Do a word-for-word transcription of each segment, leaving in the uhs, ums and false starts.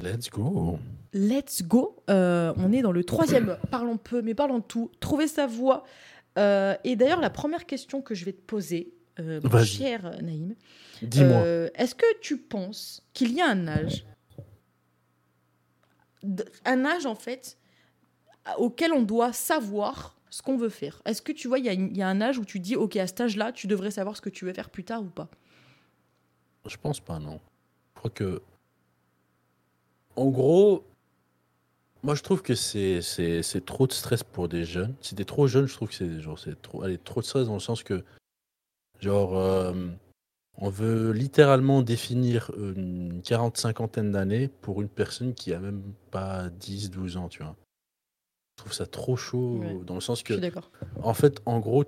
Let's go. Let's go. Euh, on est dans le troisième. Parlons peu, mais parlons de tout. Trouver sa voie. Euh, et d'ailleurs, la première question que je vais te poser, euh, mon Vas-y. cher Naïm, Dis-moi. euh, est-ce que tu penses qu'il y a un âge, d- un âge en fait, auquel on doit savoir ce qu'on veut faire? Est-ce que tu vois, il y, a une- il y a un âge où tu dis, ok, à cet âge-là, tu devrais savoir ce que tu veux faire plus tard ou pas? Je pense pas, non. Je crois que. En gros, moi je trouve que c'est, c'est, c'est trop de stress pour des jeunes. Si t'es trop jeune, je trouve que c'est, genre, c'est trop, allez, trop de stress dans le sens que, genre, euh, on veut littéralement définir une quarante cinquantaine d'années pour une personne qui a même pas dix douze ans, tu vois. Je trouve ça trop chaud Ouais, dans le sens je suis que, d'accord. en fait, en gros,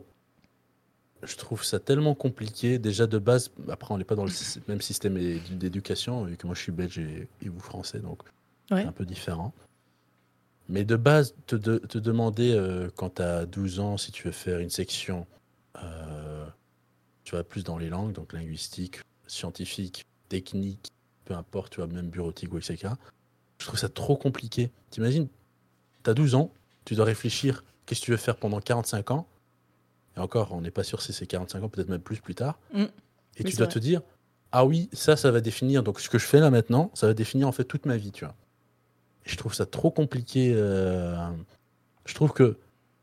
je trouve ça tellement compliqué. Déjà de base, après, on n'est pas dans le sy- même système é- d'éducation, vu que moi je suis belge et, et vous français, donc c'est Ouais. un peu différent. Mais de base, te, de- te demander euh, quand tu as douze ans si tu veux faire une section, euh, tu vas plus dans les langues, donc linguistique, scientifique, technique, peu importe, tu vois, même bureautique ou et cetera. Je trouve ça trop compliqué. T'imagines, tu as douze ans, tu dois réfléchir qu'est-ce que tu veux faire pendant quarante-cinq ans. Et encore, on n'est pas sûr si c'est quarante-cinq ans, peut-être même plus plus tard. Mm. Et Oui, tu c'est dois vrai. te dire, ah oui, ça, ça va définir. Donc ce que je fais là maintenant, ça va définir en fait toute ma vie, tu vois. Et je trouve ça trop compliqué. euh, Je trouve que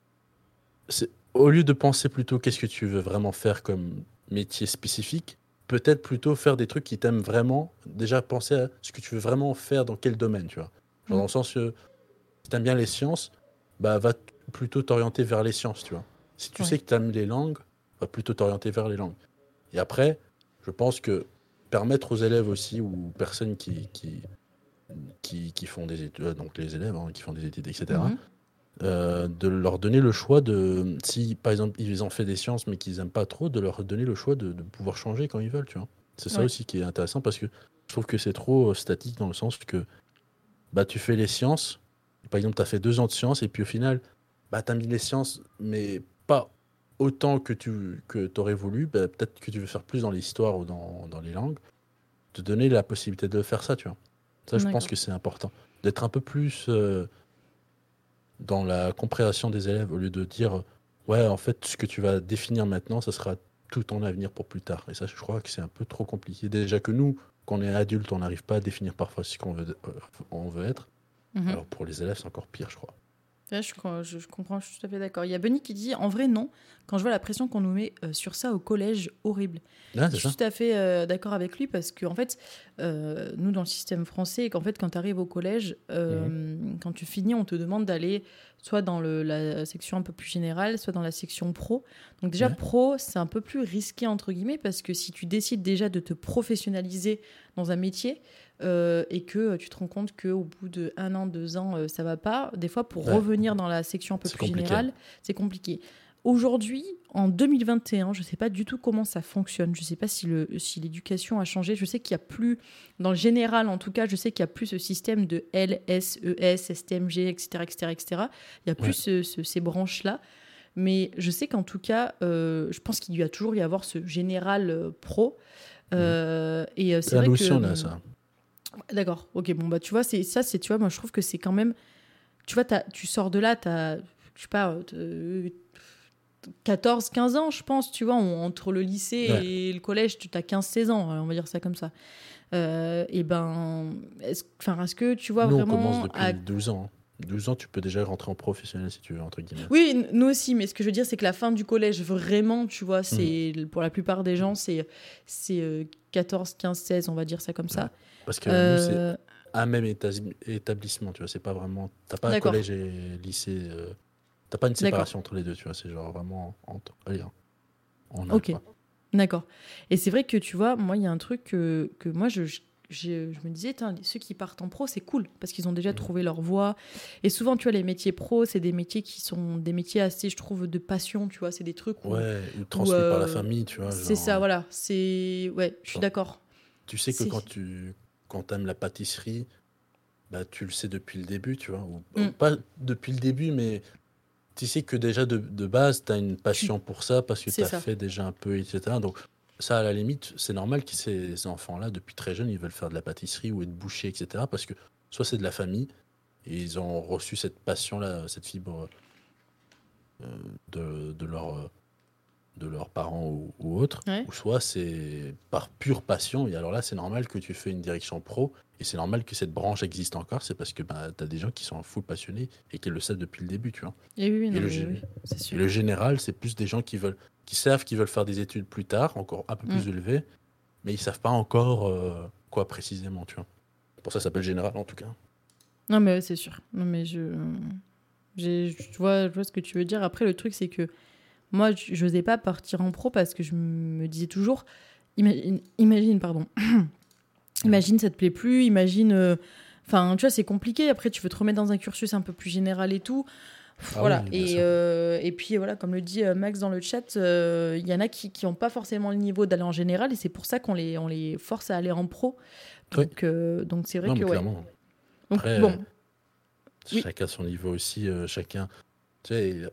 c'est au lieu de penser plutôt qu'est-ce que tu veux vraiment faire comme métier spécifique, peut-être plutôt faire des trucs qui t'aiment vraiment. Déjà penser à ce que tu veux vraiment faire dans quel domaine, tu vois. Genre Mm. dans le sens que si t'aimes bien les sciences, bah va t- plutôt t'orienter vers les sciences, tu vois. Si tu Ouais. sais que t'aimes les langues, va plutôt t'orienter vers les langues. Et après, je pense que permettre aux élèves aussi ou personnes qui, qui, qui, qui font des études, euh, donc les élèves hein, qui font des études, et cetera, Mhm. euh, de leur donner le choix de, si par exemple ils ont fait des sciences mais qu'ils n'aiment pas trop, de leur donner le choix de, de pouvoir changer quand ils veulent, tu vois. C'est ça Ouais. aussi qui est intéressant parce que je trouve que c'est trop euh, statique dans le sens que bah, tu fais les sciences, par exemple tu as fait deux ans de sciences et puis au final, bah, tu as mis les sciences mais pas autant que tu que aurais voulu, bah, peut-être que tu veux faire plus dans l'histoire ou dans, dans les langues, te donner la possibilité de faire ça, tu vois. Ça, je pense D'accord. que c'est important. D'être un peu plus euh, dans la compréhension des élèves au lieu de dire euh, ouais, en fait, ce que tu vas définir maintenant, ça sera tout ton avenir pour plus tard. Et ça, je crois que c'est un peu trop compliqué. Déjà que nous, quand on est adulte, on n'arrive pas à définir parfois ce qu'on veut, euh, on veut être. Mhm. Alors pour les élèves, c'est encore pire, je crois. Ouais, je, je- je comprends, je suis tout à fait d'accord. Il y a Benny qui dit, en vrai, non. Quand je vois la pression qu'on nous met euh, sur ça au collège, horrible. Ah, Je c'est suis ça. tout à fait euh, d'accord avec lui parce qu'en fait, euh, nous, dans le système français, qu'en fait, quand tu arrives au collège, Mhm. euh, quand tu finis, on te demande d'aller soit dans le- la section un peu plus générale, soit dans la section pro. Donc déjà, Ouais. pro, c'est un peu plus risqué, entre guillemets, parce que si tu décides déjà de te professionnaliser dans un métier euh, et que tu te rends compte qu'au bout de un an, deux ans, euh, ça va pas, des fois, pour Ouais, revenir dans la section un peu c'est plus compliqué. générale, c'est compliqué. Aujourd'hui, en deux mille vingt et un, je ne sais pas du tout comment ça fonctionne. Je ne sais pas si, le, si l'éducation a changé. Je sais qu'il n'y a plus, dans le général en tout cas, je sais qu'il n'y a plus ce système de L, S, E S, S T M G, et cetera, et cetera, et cetera. Il n'y a plus Ouais. ce- ce- ces branches-là. Mais je sais qu'en tout cas, euh, je pense qu'il doit toujours y avoir ce général euh, pro. Euh, et euh, c'est Ah, vrai nous que... aussi, on a hum, ça. D'accord, ok, bon, bah tu vois, c'est, ça, c'est, tu vois, moi je trouve que c'est quand même... Tu vois, t'as- tu sors de là, tu as, je sais pas, euh, quatorze quinze ans, je pense, tu vois, on- entre le lycée Ouais. et le collège, tu as quinze seize ans, on va dire ça comme ça. Euh, et ben, est-ce, enfin, est-ce que tu vois Nous, on commence vraiment à... depuis douze ans. hein. douze ans, tu peux déjà rentrer en professionnel si tu veux, entre guillemets. Oui, n- nous aussi, mais ce que je veux dire, c'est que la fin du collège, vraiment, tu vois, Mhm. c'est, pour la plupart des gens, c'est, c'est euh, quatorze quinze seize, on va dire ça comme Ouais. ça. Parce que nous, c'est Euh, un même étas- établissement, tu vois. C'est pas vraiment. T'as pas un d'accord, collège et lycée. euh, T'as pas une d'accord, séparation entre les deux, tu vois. C'est genre vraiment entre. Allez, hein, on a ok. quoi. D'accord. Et c'est vrai que tu vois, moi, il y a un truc que, que moi, je, je, je- je me disais, tain, ceux qui partent en pro, c'est cool parce qu'ils ont déjà Mhm. trouvé leur voie. Et souvent, tu vois, les métiers pro, c'est des métiers qui sont des métiers assez, je trouve, de passion, tu vois. C'est des trucs où, Ouais, ou où transmis par la euh, famille, tu vois. c'est Genre, ça, euh, voilà. C'est, ouais, je suis genre, d'accord. tu sais que C'est, quand tu quand t'aimes la pâtisserie, bah, tu le sais depuis le début, tu vois. Ou, ou Mm, pas depuis le début, mais tu sais que déjà de, de base, t'as une tu, passion pour ça parce que c'est t'as ça. fait déjà un peu, et cetera. Donc, ça, à la limite, c'est normal que ces, ces enfants-là, depuis très jeunes, ils veulent faire de la pâtisserie ou être boucher, et cetera. Parce que soit c'est de la famille, et ils ont reçu cette passion-là, cette fibre euh, de, de, leur, euh, de leurs parents ou, ou autres, Ouais. ou soit c'est par pure passion, et alors là, c'est normal que tu fais une direction pro, et c'est normal que cette branche existe encore, c'est parce que bah, tu as des gens qui sont full passionnés et qui le savent depuis le début, tu vois. Et oui, oui, non, Et le, mais gé- oui, c'est et sûr. le général, c'est plus des gens qui veulent, qui savent qu'ils veulent faire des études plus tard, encore un peu plus Mm. élevées, mais ils savent pas encore euh, quoi précisément, tu vois. Pour ça, ça s'appelle général en tout cas. Non, mais ouais, c'est sûr. Non, mais je. j'ai- Je vois, je vois ce que tu veux dire. Après, le truc, c'est que moi, je n'osais pas partir en pro parce que je me disais toujours. Imagine, imagine pardon. Imagine, ça te plaît plus. Imagine. euh, Enfin, tu vois, c'est compliqué. Après, tu veux te remettre dans un cursus un peu plus général et tout. Pff, Ah voilà. oui, bien Et, sûr. euh, et puis, voilà, comme le dit euh, Max dans le chat, euh, il y en a qui n'ont pas forcément le niveau d'aller en général et c'est pour ça qu'on les, on les force à aller en pro. Oui. Donc, euh, donc c'est vrai Non, que, mais ouais. clairement. Donc, Après, bon. Oui. chacun son niveau aussi, euh, chacun. Tu sais,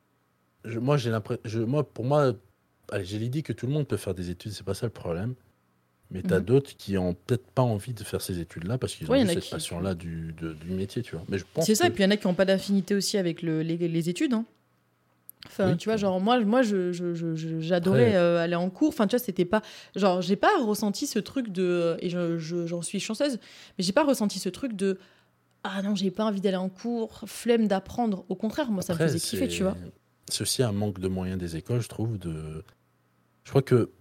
je- moi, j'ai l'impression. Moi, pour moi, allez, j'ai l'idée que tout le monde peut faire des études, c'est pas ça le problème. Mais tu as Mhm. d'autres qui ont peut-être pas envie de faire ces études-là parce qu'ils ont Ouais, il y en juste a cette qui- passion-là du, de- du métier, tu vois. Mais je pense C'est ça, et que. puis il y en a qui n'ont pas d'affinité aussi avec le, les, les études. Hein. Enfin, Oui, tu vois, tu- genre, moi, moi je, je- je- je- j'adorais Après, euh, aller en cours. Enfin, tu vois, c'était pas. Genre, j'ai pas ressenti ce truc de. Et je, je- j'en suis chanceuse, mais j'ai pas ressenti ce truc de. Ah non, j'ai pas envie d'aller en cours, flemme d'apprendre. Au contraire, moi, ça me après faisait kiffer, tu c'est vois. c'est aussi un manque de moyens des écoles, je trouve. De... Je crois que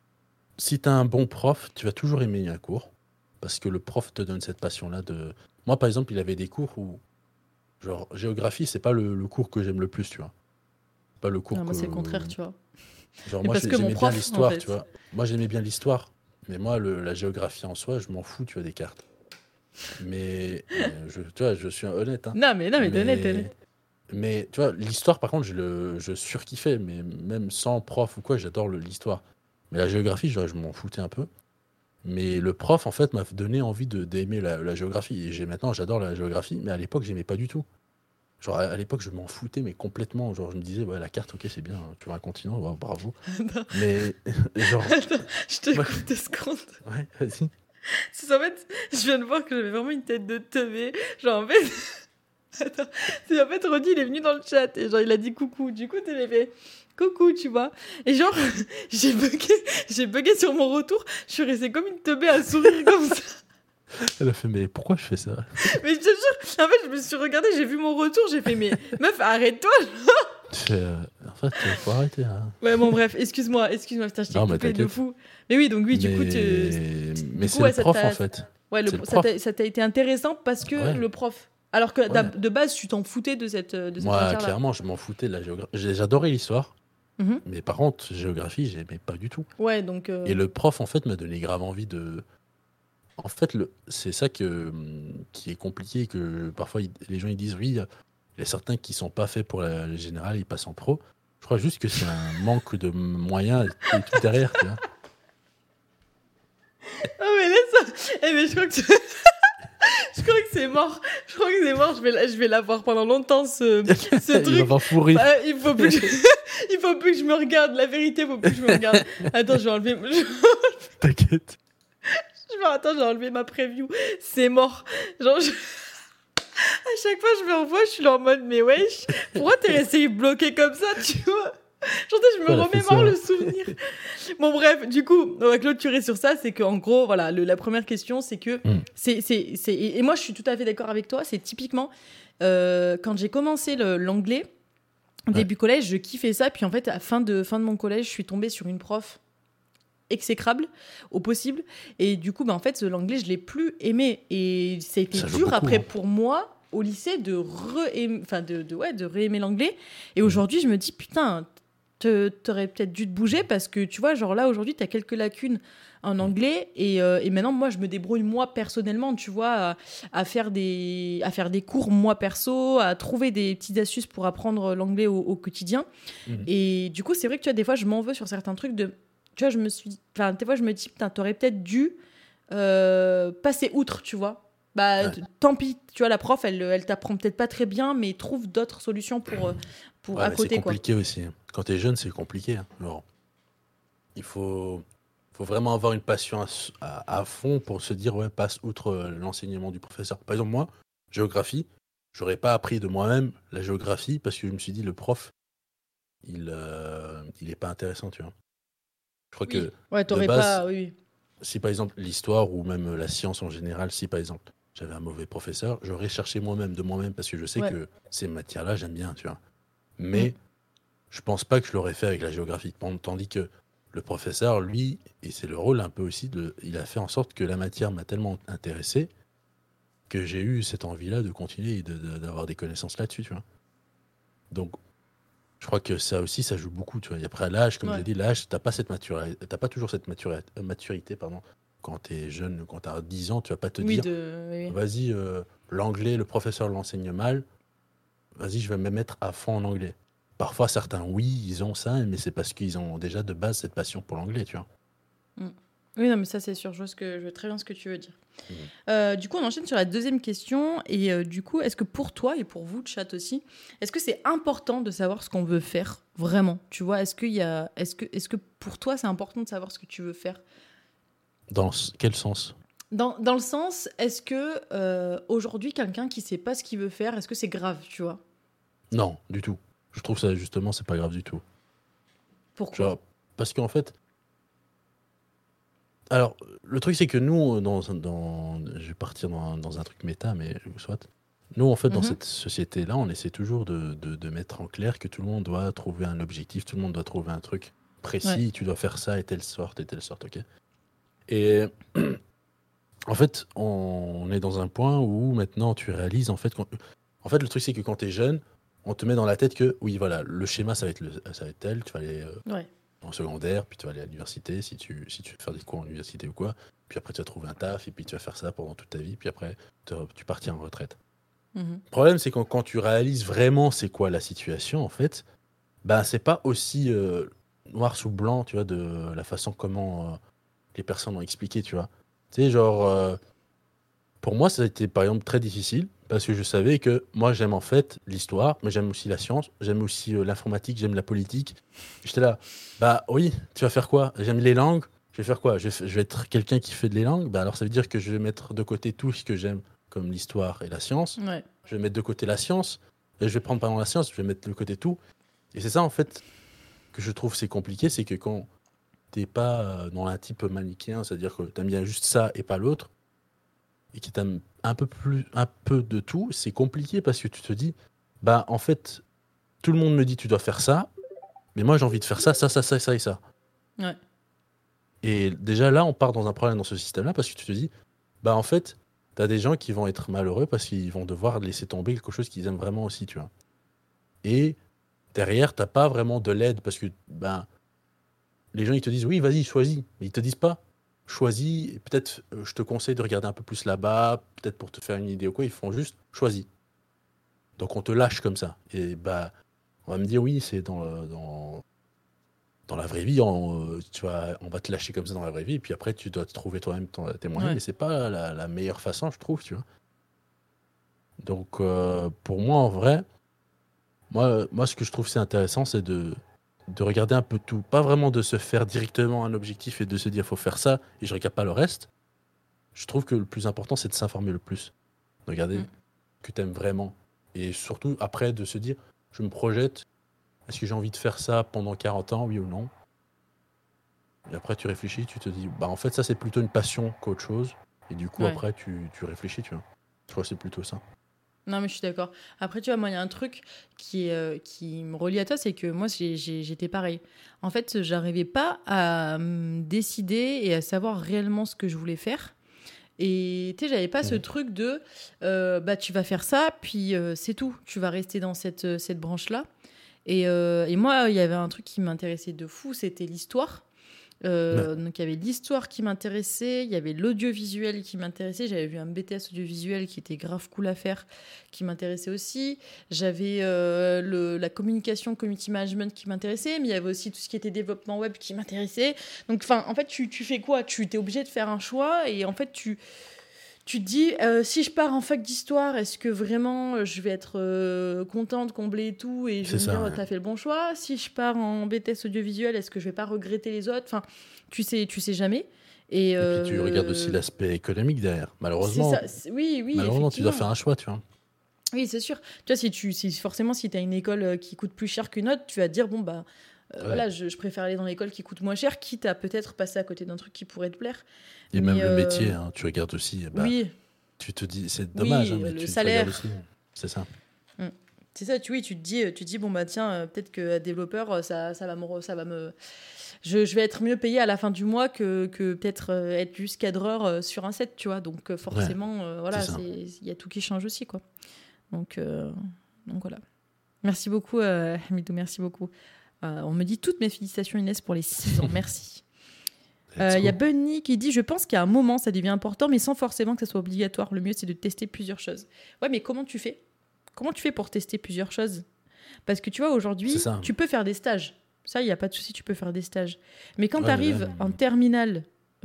si tu as un bon prof, tu vas toujours aimer un cours parce que le prof te donne cette passion-là. De... Moi, par exemple, il avait des cours où, genre, géographie, c'est pas le, le cours que j'aime le plus, tu vois. C'est pas le cours Non, moi, que. c'est le contraire, tu vois. Genre, Mais moi, parce j'ai- que mon j'aimais bien prof, en l'histoire, tu fait. vois. Moi, j'aimais bien l'histoire. Mais moi, le- la géographie en soi, je m'en fous, tu vois, des cartes. Mais, euh, je, tu vois, je suis honnête, hein. Non, mais non, mais honnête, Mais, honnête. mais tu vois, l'histoire, par contre, je, le, je surkiffais. Mais même sans prof ou quoi, j'adore le- l'histoire. Mais la géographie, je, je m'en foutais un peu. Mais le prof, en fait, m'a donné envie de d'aimer la, la géographie. Et j'ai maintenant, j'adore la géographie. Mais à l'époque, j'aimais pas du tout. Genre, à, à l'époque, je m'en foutais, mais complètement. Genre, je me disais, ouais, la carte, ok, c'est bien. Tu vois un continent, ouais, bravo. Attends, Mais, genre, attends, je te ouais, coupe deux secondes. ouais, vas-y. C'est en fait, je viens de voir que j'avais vraiment une tête de teubé. Genre, en fait. Attends, c'est en fait Roddy il est venu dans le chat et genre il a dit coucou. Du coup, t'es fait coucou, tu vois. Et genre, j'ai bugué, j'ai bugué sur mon retour. Je suis restée comme une teubée à sourire comme ça. Elle a fait, mais pourquoi je fais ça? Mais je te jure, en fait, je me suis regardée, j'ai vu mon retour, j'ai fait mais meuf, arrête-toi. Tu fais, euh, en fait, euh, faut arrêter. Hein. Ouais, bon, bref, excuse-moi, excuse-moi, putain, je t'ai Non, mais coupé de t'inquiète. fou. Mais oui, donc oui, du mais coup, tu. mais Du coup, c'est ouais, le ça prof, t'a- en fait. Ouais, le, C'est le ça prof. t'a ça t'a été intéressant parce que Ouais. le prof. Alors que d'ab- Ouais. de base, tu t'en foutais de cette, de cette Moi, matière-là. clairement, je m'en foutais de la géographie. J'ai- J'adorais l'histoire, Mhm. mais par contre, géographie, j'aimais pas du tout. Ouais, donc. euh, Et le prof, en fait, m'a donné grave envie de. En fait, le... c'est ça que... qui est compliqué, que parfois il- les gens ils disent oui, il y a certains qui sont pas faits pour la, la générale, ils passent en pro. Je crois juste que c'est un manque de moyens et, et tout derrière, tu vois. Ah mais laisse ça. Eh mais je crois que tu- je crois que c'est mort. Je crois que c'est mort. Je vais la- je vais l'avoir pendant longtemps ce ce Il va truc. avoir fou rire. Bah, il faut plus que je... il faut plus que je me regarde. La vérité, il faut plus que je me regarde. Attends, je vais enlever. Je... T'inquiète. je vais attends, j'ai enlevé ma preview. C'est mort. Genre je- à chaque fois je me revois, je suis là en mode mais wesh, pourquoi t'es resté bloqué comme ça, tu vois? Genre, je me Ouais, elle a fait remémore ça. le souvenir. Bon, bref, du coup, on va clôturer sur ça. C'est qu'en gros, voilà, le- la première question, c'est que. Mm. c'est, c'est, c'est, et et moi, je suis tout à fait d'accord avec toi. C'est typiquement, euh, quand j'ai commencé le- l'anglais, au Ouais. début collège, je kiffais ça. Puis en fait, à la fin de, fin de mon collège, je suis tombée sur une prof exécrable au possible. Et du coup, bah, en fait, l'anglais, je l'ai plus aimé. Et ça a été Ça joue dur beaucoup, après hein. pour moi au lycée de re enfin de, de ouais de réaimer l'anglais. Et aujourd'hui, je me dis putain, te- t'aurais peut-être dû te bouger parce que tu vois, genre là aujourd'hui, t'as quelques lacunes en anglais et, euh, et maintenant moi je me débrouille moi personnellement, tu vois, à, à faire des à faire des cours moi perso, à trouver des petites astuces pour apprendre l'anglais au, au quotidien. Mhm. Et du coup, c'est vrai que tu vois, des fois, je m'en veux sur certains trucs de. Tu vois, je me suis. Enfin, des fois, je me dis, putain, t'aurais peut-être dû euh, passer outre, tu vois. Bah, Ouais. t- tant pis, tu vois, la prof, elle, elle t'apprend peut-être pas très bien, mais trouve d'autres solutions pour, euh, pour Ouais, à mais côté, c'est quoi. compliqué aussi. Quand t'es jeune, c'est compliqué. Hein. Genre, il faut, faut vraiment avoir une passion à, s- à- à fond pour se dire, ouais, passe outre euh, l'enseignement du professeur. Par exemple, moi, géographie, j'aurais pas appris de moi-même la géographie parce que je me suis dit, le prof, il, euh, il est pas intéressant, tu vois. Je crois Oui. que Ouais, de t'aurais base, pas. Oui. Oui. si par exemple l'histoire ou même la science en général, si par exemple j'avais un mauvais professeur, j'aurais cherché moi-même de moi-même parce que je sais Ouais. que ces matières-là, j'aime bien, tu vois. Mm. Mais je pense pas que je l'aurais fait avec la géographie. Tand- Tandis que le professeur, lui, et c'est le rôle un peu aussi, de, il a fait en sorte que la matière m'a tellement intéressé que j'ai eu cette envie-là de continuer et de- de- d'avoir des connaissances là-dessus, tu vois. Donc, je crois que ça aussi, ça joue beaucoup, tu vois. Et après, l'âge, comme j'ai Ouais. dit, l'âge, t'as pas cette maturité, t'as pas toujours cette matura- euh, maturité, pardon. Quand t'es jeune, quand t'as dix ans, tu vas pas te Oui, dire, de. Oui. Oui. vas-y, euh, l'anglais, le professeur l'enseigne mal, vas-y, je vais me mettre à fond en anglais. Parfois, certains, oui, ils ont ça, mais c'est parce qu'ils ont déjà de base cette passion pour l'anglais, tu vois. Mm. Oui, non, mais ça, c'est sûr. Je vois, ce que... je vois très bien ce que tu veux dire. Mhm. Euh, du coup, on enchaîne sur la deuxième question. Et euh, du coup, est-ce que pour toi et pour vous, chat aussi, est-ce que c'est important de savoir ce qu'on veut faire vraiment? Tu vois, est-ce qu'il y a, est-ce que, est-ce que pour toi, c'est important de savoir ce que tu veux faire? Dans s- quel sens? Dans, dans le sens, est-ce que euh, aujourd'hui, quelqu'un qui sait pas ce qu'il veut faire, est-ce que c'est grave, tu vois? Non, du tout. Je trouve ça, justement, c'est pas grave du tout. Pourquoi? Genre, parce qu'en fait, alors, le truc, c'est que nous, dans, dans, je vais partir dans, dans un truc méta, mais soit. Nous, en fait, dans Mhm. cette société-là, on essaie toujours de, de, de mettre en clair que tout le monde doit trouver un objectif, tout le monde doit trouver un truc Ouais. précis, tu dois faire ça et telle sorte et telle sorte, ok? Et en fait, on est dans un point où maintenant tu réalises, en fait, qu'en- en fait, le truc, c'est que quand tu es jeune, on te met dans la tête que, oui, voilà, le schéma, ça va être, le, ça va être tel, tu vas aller euh, Ouais. en secondaire, puis tu vas aller à l'université si tu, si tu veux faire des cours en université ou quoi. Puis après, tu vas trouver un taf, et puis tu vas faire ça pendant toute ta vie, puis après, te- tu partis en retraite. Mhm. Le problème, c'est quand, quand tu réalises vraiment c'est quoi la situation, en fait, bah, c'est pas aussi euh, noir sous blanc, tu vois, de la façon comment euh, les personnes ont expliqué, tu vois. Tu sais, genre, euh, pour moi, ça a été par exemple très difficile, parce que je savais que moi, j'aime en fait l'histoire, mais j'aime aussi la science, j'aime aussi euh, l'informatique, j'aime la politique. J'étais là, bah oui, tu vas faire quoi? J'aime les langues, je vais faire quoi? Je vais, f- je vais être quelqu'un qui fait de les langues, bah alors ça veut dire que je vais mettre de côté tout ce que j'aime, comme l'histoire et la science. Ouais. Je vais mettre de côté la science, et je vais prendre par exemple la science, je vais mettre de côté tout. Et c'est ça en fait que je trouve c'est compliqué, c'est que quand t'es pas euh, dans un type manichéen, c'est-à-dire que t'aimes bien juste ça et pas l'autre, et qui t'aime un peu plus, un peu de tout, c'est compliqué parce que tu te dis, bah en fait, tout le monde me dit tu dois faire ça, mais moi j'ai envie de faire ça, ça, ça, ça, ça et ça. Ouais. Et déjà là, on part dans un problème dans ce système-là parce que tu te dis, bah en fait, t'as des gens qui vont être malheureux parce qu'ils vont devoir laisser tomber quelque chose qu'ils aiment vraiment aussi, tu vois. Et derrière, t'as pas vraiment de l'aide parce que ben les gens ils te disent oui, vas-y, choisis, mais ils te disent pas choisis, et peut-être euh, je te conseille de regarder un peu plus là-bas, peut-être pour te faire une idée ou quoi, ils font juste choisis. Donc on te lâche comme ça. Et bah, on va me dire oui, c'est dans, le- dans, dans la vraie vie, on, euh, tu vas, on va te lâcher comme ça dans la vraie vie, et puis après tu dois te trouver toi-même ton- tes moyens, Ouais. mais c'est pas la, la meilleure façon, je trouve, tu vois. Donc euh, pour moi, en vrai, moi, moi ce que je trouve c'est intéressant, c'est de, de regarder un peu tout. Pas vraiment de se faire directement un objectif et de se dire faut faire ça, et je regarde pas le reste. Je trouve que le plus important, c'est de s'informer le plus. De regarder Mm. que tu aimes vraiment. Et surtout, après, de se dire, je me projette. Est-ce que j'ai envie de faire ça pendant quarante ans, oui ou non? Et après, tu réfléchis, tu te dis, bah en fait, ça, c'est plutôt une passion qu'autre chose. Et du coup, Ouais. après, tu, tu réfléchis, tu vois. Je crois que c'est plutôt ça. Non, mais je suis d'accord. Après, tu vois, moi, il y a un truc qui, est, euh, qui me relie à toi, c'est que moi, j'ai- j'ai- j'étais pareil. En fait, j'arrivais pas à me décider et à savoir réellement ce que je voulais faire. Et tu sais, j'avais pas ce Mhm. truc de euh, bah tu vas faire ça, puis euh, c'est tout. Tu vas rester dans cette, euh, cette branche-là. Et, euh, et moi, il y avait un truc qui m'intéressait de fou, c'était l'histoire. Ouais. Euh, donc il y avait l'histoire qui m'intéressait, il y avait l'audiovisuel qui m'intéressait. J'avais vu un B T S audiovisuel qui était grave cool à faire, qui m'intéressait aussi. J'avais euh, le- la communication, community management qui m'intéressait, mais il y avait aussi tout ce qui était développement web qui m'intéressait. Donc enfin, en fait, tu, tu fais quoi? Tu t'es obligé de faire un choix et en fait, tu tu te dis, euh, si je pars en fac d'histoire, est-ce que vraiment je vais être euh, contente, comblée et tout, et je vais C'est me ça, dire, ouais. t'as fait le bon choix. Si je pars en B T S audiovisuel, est-ce que je vais pas regretter les autres? Enfin, tu sais, tu sais jamais. Et, Et puis tu regardes aussi euh, l'aspect économique derrière. c'est Malheureusement, ça. c'est- Oui, oui, malheureusement, tu dois effectivement. faire un choix, tu vois. Oui, c'est sûr. Tu vois, si tu, si, forcément, si tu as une école euh, qui coûte plus cher qu'une autre, tu vas te dire, bon, bah, euh, Ouais. voilà, je, je préfère aller dans l'école qui coûte moins cher, quitte à peut-être passer à côté d'un truc qui pourrait te plaire. Et Mais même le euh, métier, hein, tu regardes aussi, bah, oui, tu te dis, c'est dommage, hein, oui, mais le tu, tu regardes salaire. aussi. C'est ça. Mm. C'est ça, tu, oui, tu te dis, tu te dis bon, bah, tiens, euh, peut-être que développeur, euh, ça, ça, va me, re- ça va me. Je, je vais être mieux payé à la fin du mois que, que peut-être euh, être juste cadreur euh, sur un set, tu vois. Donc, euh, Ouais, forcément, euh, voilà, c'est ça. c'est- il y a tout qui change aussi, quoi. Donc, euh, donc voilà. Merci beaucoup, euh, Hamidou, merci beaucoup. Euh, on me dit toutes mes félicitations, Inès, pour les six ans. Merci. Il Let's euh, y a go. Bunny qui dit, je pense qu'à un moment, ça devient important, mais sans forcément que ça soit obligatoire. Le mieux, c'est de tester plusieurs choses. Ouais, mais comment tu fais Comment tu fais pour tester plusieurs choses? Parce que tu vois, C'est aujourd'hui, ça. tu peux faire des stages. Ça, il n'y a pas de souci, tu peux faire des stages. Mais quand Ouais, tu mais là, arrives en terminale,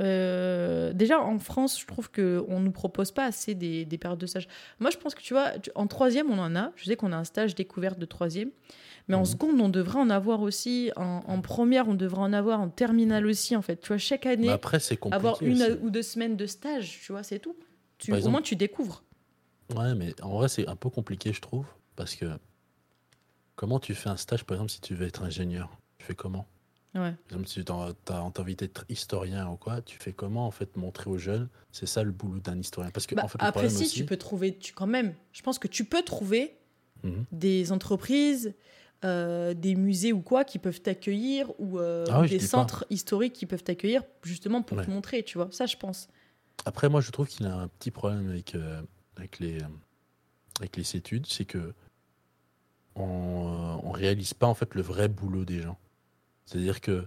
euh, déjà en France, je trouve qu'on ne nous propose pas assez des, des périodes de stage. Moi, je pense que tu vois, tu- en troisième, on en a. Je sais qu'on a un stage découverte de troisième. Mais en Mhm. seconde, on devrait en avoir aussi. En, en première, on devrait en avoir. En terminale aussi, en fait. Tu vois, chaque Mais année, après, c'est avoir compliqué une aussi. ou deux semaines de stage, tu vois, c'est tout. Tu, Par au moins, exemple, tu découvres. ouais, mais en vrai, c'est un peu compliqué, je trouve, parce que comment tu fais un stage, par exemple, si tu veux être ingénieur? Tu fais comment? Ouais. Par exemple, si tu as envie d'être historien ou quoi, tu fais comment, en fait, montrer aux jeunes? C'est ça le boulot d'un historien. Parce que, Bah, en fait, le après, problème si, tu aussi... peux trouver. Tu, quand même, je pense que tu peux trouver Mhm. des entreprises, euh, des musées ou quoi qui peuvent t'accueillir ou, euh, Ah ou oui, je des dis pas. centres historiques qui peuvent t'accueillir justement pour Ouais. te montrer, tu vois. Ça, je pense. Après, moi, je trouve qu'il a un petit problème avec, euh, avec, les, euh, avec les études, c'est que on, euh, on réalise pas, en fait, le vrai boulot des gens. C'est-à-dire que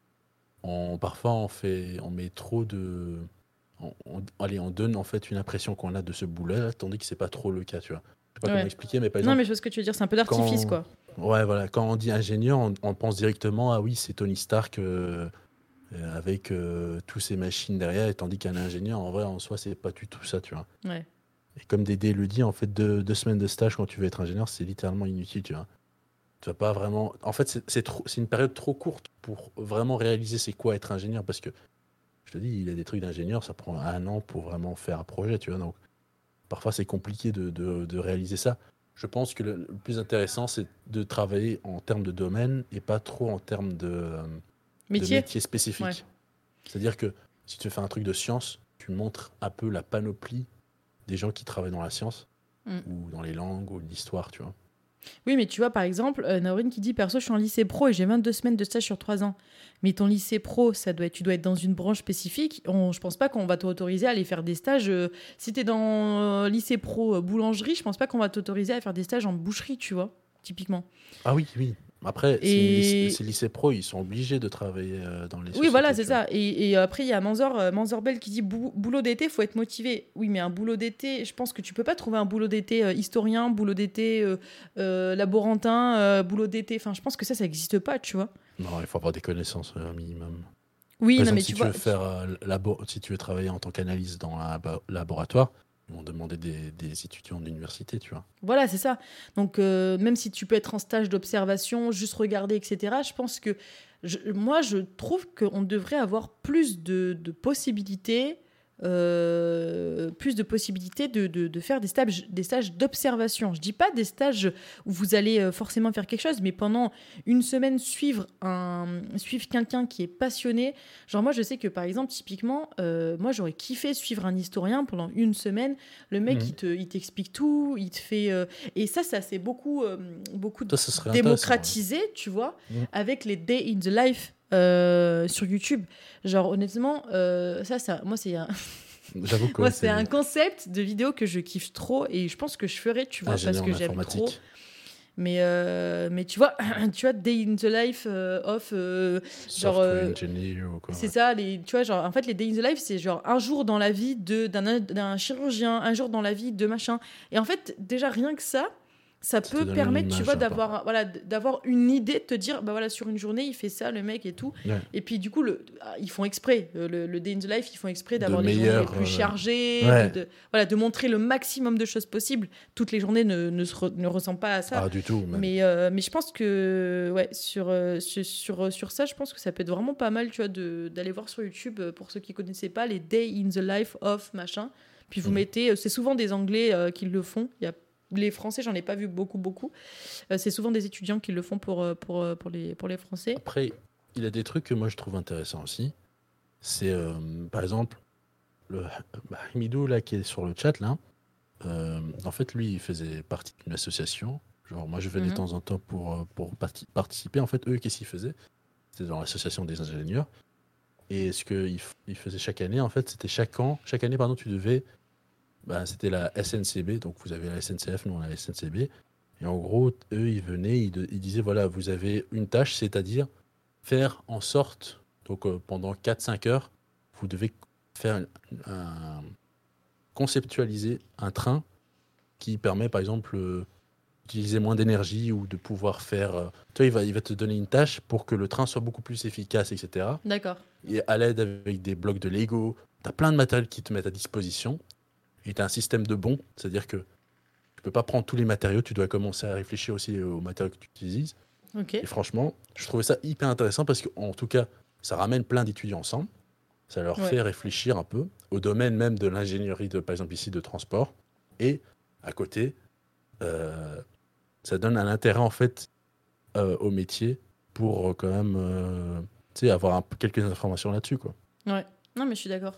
on, parfois, on fait, on met trop de... On, on- allez, on donne, en fait, une impression qu'on a de ce boulot-là, tandis que c'est pas trop le cas, tu vois. Je sais pas comment Ouais. expliquer, mais par Non, mais exemple, je vois ce que tu veux dire. C'est un peu d'artifice, quand... quoi. Ouais, voilà, quand on dit ingénieur, on, on pense directement, ah oui, c'est Tony Stark euh, euh, avec euh, tous ces machines derrière, et tandis qu'un ingénieur, en vrai, en soi, c'est pas du tout ça, tu vois. Ouais. Et comme Dédé le dit, en fait, deux, deux semaines de stage quand tu veux être ingénieur, c'est littéralement inutile, tu vois. Tu vas pas vraiment... En fait, c'est c'est trop- c'est une période trop courte pour vraiment réaliser c'est quoi être ingénieur, parce que, je te dis, il y a des trucs d'ingénieur, ça prend un an pour vraiment faire un projet, tu vois, donc parfois c'est compliqué de, de- de réaliser ça. Je pense que le, le plus intéressant, c'est de travailler en termes de domaine et pas trop en termes de, euh, de Métier. métier spécifique. Ouais. C'est-à-dire que si tu fais un truc de science, tu montres un peu la panoplie des gens qui travaillent dans la science, Mm. ou dans les langues, ou l'histoire, tu vois. Oui, mais tu vois, par exemple, euh, Naurine qui dit perso, je suis en lycée pro et j'ai vingt-deux semaines de stage sur trois ans. Mais ton lycée pro, ça doit être, tu dois être dans une branche spécifique. On, je pense pas qu'on va t'autoriser à aller faire des stages. euh, si tu es dans euh, lycée pro euh, boulangerie, je pense pas qu'on va t'autoriser à faire des stages en boucherie, tu vois, typiquement. Ah oui, oui. Après, c'est une lycée- Et ces lycées pro, ils sont obligés de travailler euh, dans les oui, sociétés. voilà, c'est tu vois. ça. Et, et après, il y a Manzor, euh, Manzor Bell qui dit bou- boulot d'été, faut être motivé. Oui, mais un boulot d'été, je pense que tu peux pas trouver un boulot d'été euh, historien, boulot d'été euh, euh, laborantin, euh, boulot d'été. Enfin, je pense que ça, ça existe pas, tu vois. Non, il faut avoir des connaissances euh, un minimum. Oui, Par non, exemple, mais si tu tu veux vois. faire euh, labo- si tu veux travailler en tant qu'analyste dans un labo- laboratoire, ils vont demander des, des étudiants d'université, tu vois. Voilà, c'est ça. Donc, euh, même si tu peux être en stage d'observation, juste regarder, et cetera, je pense que je- moi, je trouve qu'on devrait avoir plus de, de possibilités, euh, plus de possibilités de, de- de faire des stages, des stages d'observation. Je dis pas des stages où vous allez euh, forcément faire quelque chose, mais pendant une semaine, suivre, un, suivre quelqu'un qui est passionné. Genre, moi, je sais que, par exemple, typiquement, euh, moi, j'aurais kiffé suivre un historien pendant une semaine. Le mec, Mhm. il te, il t'explique tout, il te fait... euh, Et ça, ça s'est beaucoup, euh, beaucoup Ça, ce serait intéressant, démocratisé, tu vois, Mhm. avec les Day in the Life euh, sur YouTube. Genre, honnêtement, euh, ça, ça, moi, c'est un, J'avoue que moi, ouais, c'est un concept de vidéo que je kiffe trop et je pense que je ferais, tu vois, parce ingénieur en que j'aime trop. informatique. Mais, euh, mais tu vois, tu vois, Day in the Life euh, of... euh, genre, Software euh, engineer ou quoi. c'est ouais. ça, les, tu vois, genre, en fait, les Day in the Life, c'est genre un jour dans la vie de, d'un, d'un chirurgien, un jour dans la vie de machin. Et en fait, déjà, rien que ça, ça Ça te peut donne une permettre, tu image vois, un peu. d'avoir, voilà, d'avoir une idée, de te dire, bah voilà, sur une journée, il fait ça, le mec et tout. Ouais. Et puis, du coup, le, ah, ils font exprès, euh, le, le Day in the Life, ils font exprès De d'avoir les journées les meilleurs. plus euh, chargées, de, Ouais. de, voilà, de montrer le maximum de choses possibles. Toutes les journées ne, ne, se re- ne ressemblent pas à ça. Ah, du tout, même. Mais, euh, mais je pense que, ouais, sur, euh, sur, sur, sur ça, je pense que ça peut être vraiment pas mal, tu vois, de, d'aller voir sur YouTube, euh, pour ceux qui connaissaient pas, les Day in the Life of machin. Puis vous Mhm. mettez, euh, c'est souvent des Anglais euh, qui le font. Il y a les Français, j'en ai pas vu beaucoup, beaucoup. Euh, c'est souvent des étudiants qui le font pour, euh, pour, euh, pour, les, pour les Français. Après, il y a des trucs que moi je trouve intéressants aussi. C'est euh, par exemple le bah, Hamidou là qui est sur le chat là. euh, en fait, lui, il faisait partie d'une association. Genre, moi, je venais de Mhm. temps en temps pour, euh, pour parti- participer. En fait, eux, qu'est-ce qu'ils faisaient? C'était dans l'association des ingénieurs. Et ce qu'ils f- ils faisaient chaque année, en fait, c'était chaque an, chaque année, pardon, tu devais. Bah, c'était la S N C B, donc vous avez la S N C F, nous on a la S N C B. Et en gros, eux, ils venaient, ils, de- ils disaient voilà, vous avez une tâche, c'est-à-dire faire en sorte, donc euh, pendant quatre cinq heures, vous devez faire un, un- conceptualiser un train qui permet, par exemple, euh, d'utiliser moins d'énergie ou de pouvoir faire. euh, tu vois, il va, il va te donner une tâche pour que le train soit beaucoup plus efficace, et cetera. D'accord. Et à l'aide avec des blocs de Lego, tu as plein de matériel qui te mettent à disposition. Et tu as un système de bons, c'est-à-dire que tu peux pas prendre tous les matériaux, tu dois commencer à réfléchir aussi aux matériaux que tu utilises. Ok. Et franchement, je trouvais ça hyper intéressant parce qu'en tout cas, ça ramène plein d'étudiants ensemble. Ça leur Ouais. fait réfléchir un peu au domaine même de l'ingénierie, de, par exemple ici, de transport. Et à côté, euh, ça donne un intérêt en fait euh, au métier pour euh, quand même euh, tu sais, avoir un peu- quelques informations là-dessus, quoi. Ouais. Non, mais je suis d'accord.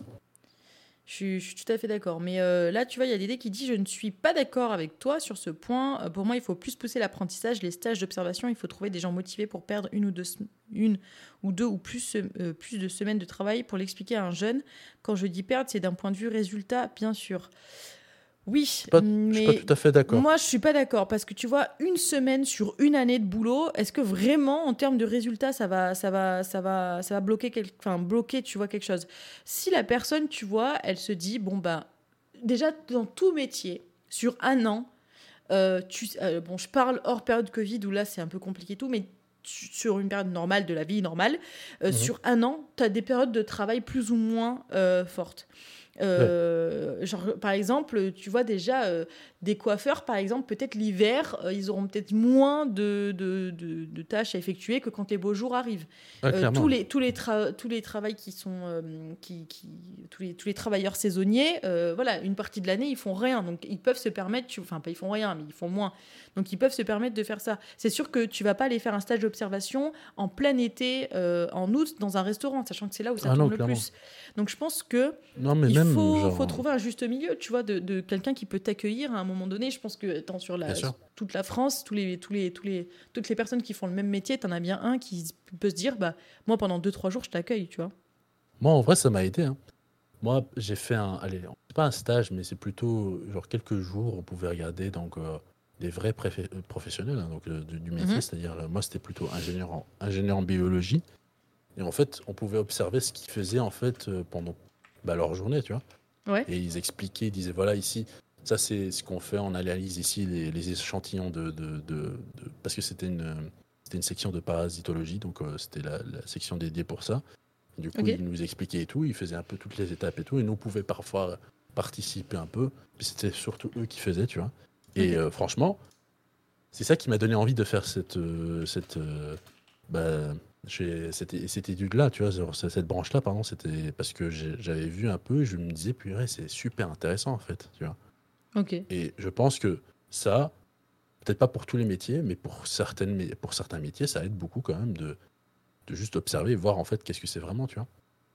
Je suis, je suis tout à fait d'accord. Mais euh, là, tu vois, il y a Dédé qui dit: je ne suis pas d'accord avec toi sur ce point. Euh, pour moi, il faut plus pousser l'apprentissage, les stages d'observation. Il faut trouver des gens motivés pour perdre une ou deux, sem- une ou deux ou plus, euh, plus de semaines de travail pour l'expliquer à un jeune. Quand je dis perdre, c'est d'un point de vue résultat, bien sûr. Oui, Je suis pas, je suis pas mais tout à fait d'accord. moi, je suis pas d'accord parce que tu vois, une semaine sur une année de boulot, est-ce que vraiment, en termes de résultats, ça va, ça va, ça va, ça va bloquer, quel... enfin, bloquer, tu vois, quelque chose. Si la personne, tu vois, elle se dit, bon bah, déjà dans tout métier, sur un an, euh, tu, euh, bon, je parle hors période Covid où là c'est un peu compliqué et tout, mais tu- sur une période normale de la vie normale, euh, Mhm. sur un an, tu as des périodes de travail plus ou moins euh, fortes. Ouais. Euh, genre, par exemple, tu vois déjà euh, des coiffeurs, par exemple, peut-être l'hiver, euh, ils auront peut-être moins de, de, de- de tâches à effectuer que quand les beaux jours arrivent. Ah, Euh, tous clairement. les tous les tra- tous les travails qui sont euh, qui, qui- tous les tous les travailleurs saisonniers, euh, voilà, une partie de l'année ils font rien, donc ils peuvent se permettre, tu- enfin pas ils font rien, mais ils font moins, donc ils peuvent se permettre de faire ça. C'est sûr que tu vas pas aller faire un stage d'observation en plein été, euh, en août, dans un restaurant, sachant que c'est là où ça Ah tourne non, le clairement. plus. Donc je pense que Non, mais il même, faut, faut genre, trouver un juste milieu, tu vois, de, de quelqu'un qui peut t'accueillir à un moment donné. Je pense que tant sur bien la, sûr. toute la France, tous les, tous les, tous les, toutes les personnes qui font le même métier, t'en as bien un qui peut se dire, bah, moi, pendant deux trois jours, je t'accueille, tu vois. Moi, en vrai, ça m'a aidé, hein. Moi, j'ai fait un, allez, c'est pas un stage, mais c'est plutôt genre quelques jours. On pouvait regarder donc euh, des vrais préfé- euh, professionnels hein, donc, euh, du, du métier, Mhm. c'est-à-dire euh, moi, c'était plutôt ingénieur en, ingénieur en biologie. Et en fait, on pouvait observer ce qu'ils faisaient en fait euh, pendant bah, leur journée, tu vois. Ouais, Et ils expliquaient, ils disaient voilà ici, ça c'est ce qu'on fait, on analyse ici les, les échantillons de, de, de- de- parce que c'était une, euh, c'était une section de parasitologie, donc euh, c'était la, la section dédiée pour ça. Du coup, ok. ils nous expliquaient et tout, ils faisaient un peu toutes les étapes et tout, et nous on pouvait parfois participer un peu, mais c'était surtout eux qui faisaient, tu vois. Ok. Et euh, franchement, c'est ça qui m'a donné envie de faire cette, euh, cette, euh, bah, j'ai- cette, cette étude-là, tu vois, genre, cette cette branche-là, pardon, c'était parce que j'ai- j'avais vu un peu et je me disais, purée, c'est super intéressant en fait, tu vois. Ok. Et je pense que ça, peut-être pas pour tous les métiers, mais pour, certaines, mé- pour certains métiers, ça aide beaucoup quand même de, de juste observer et voir en fait qu'est-ce que c'est vraiment, tu vois.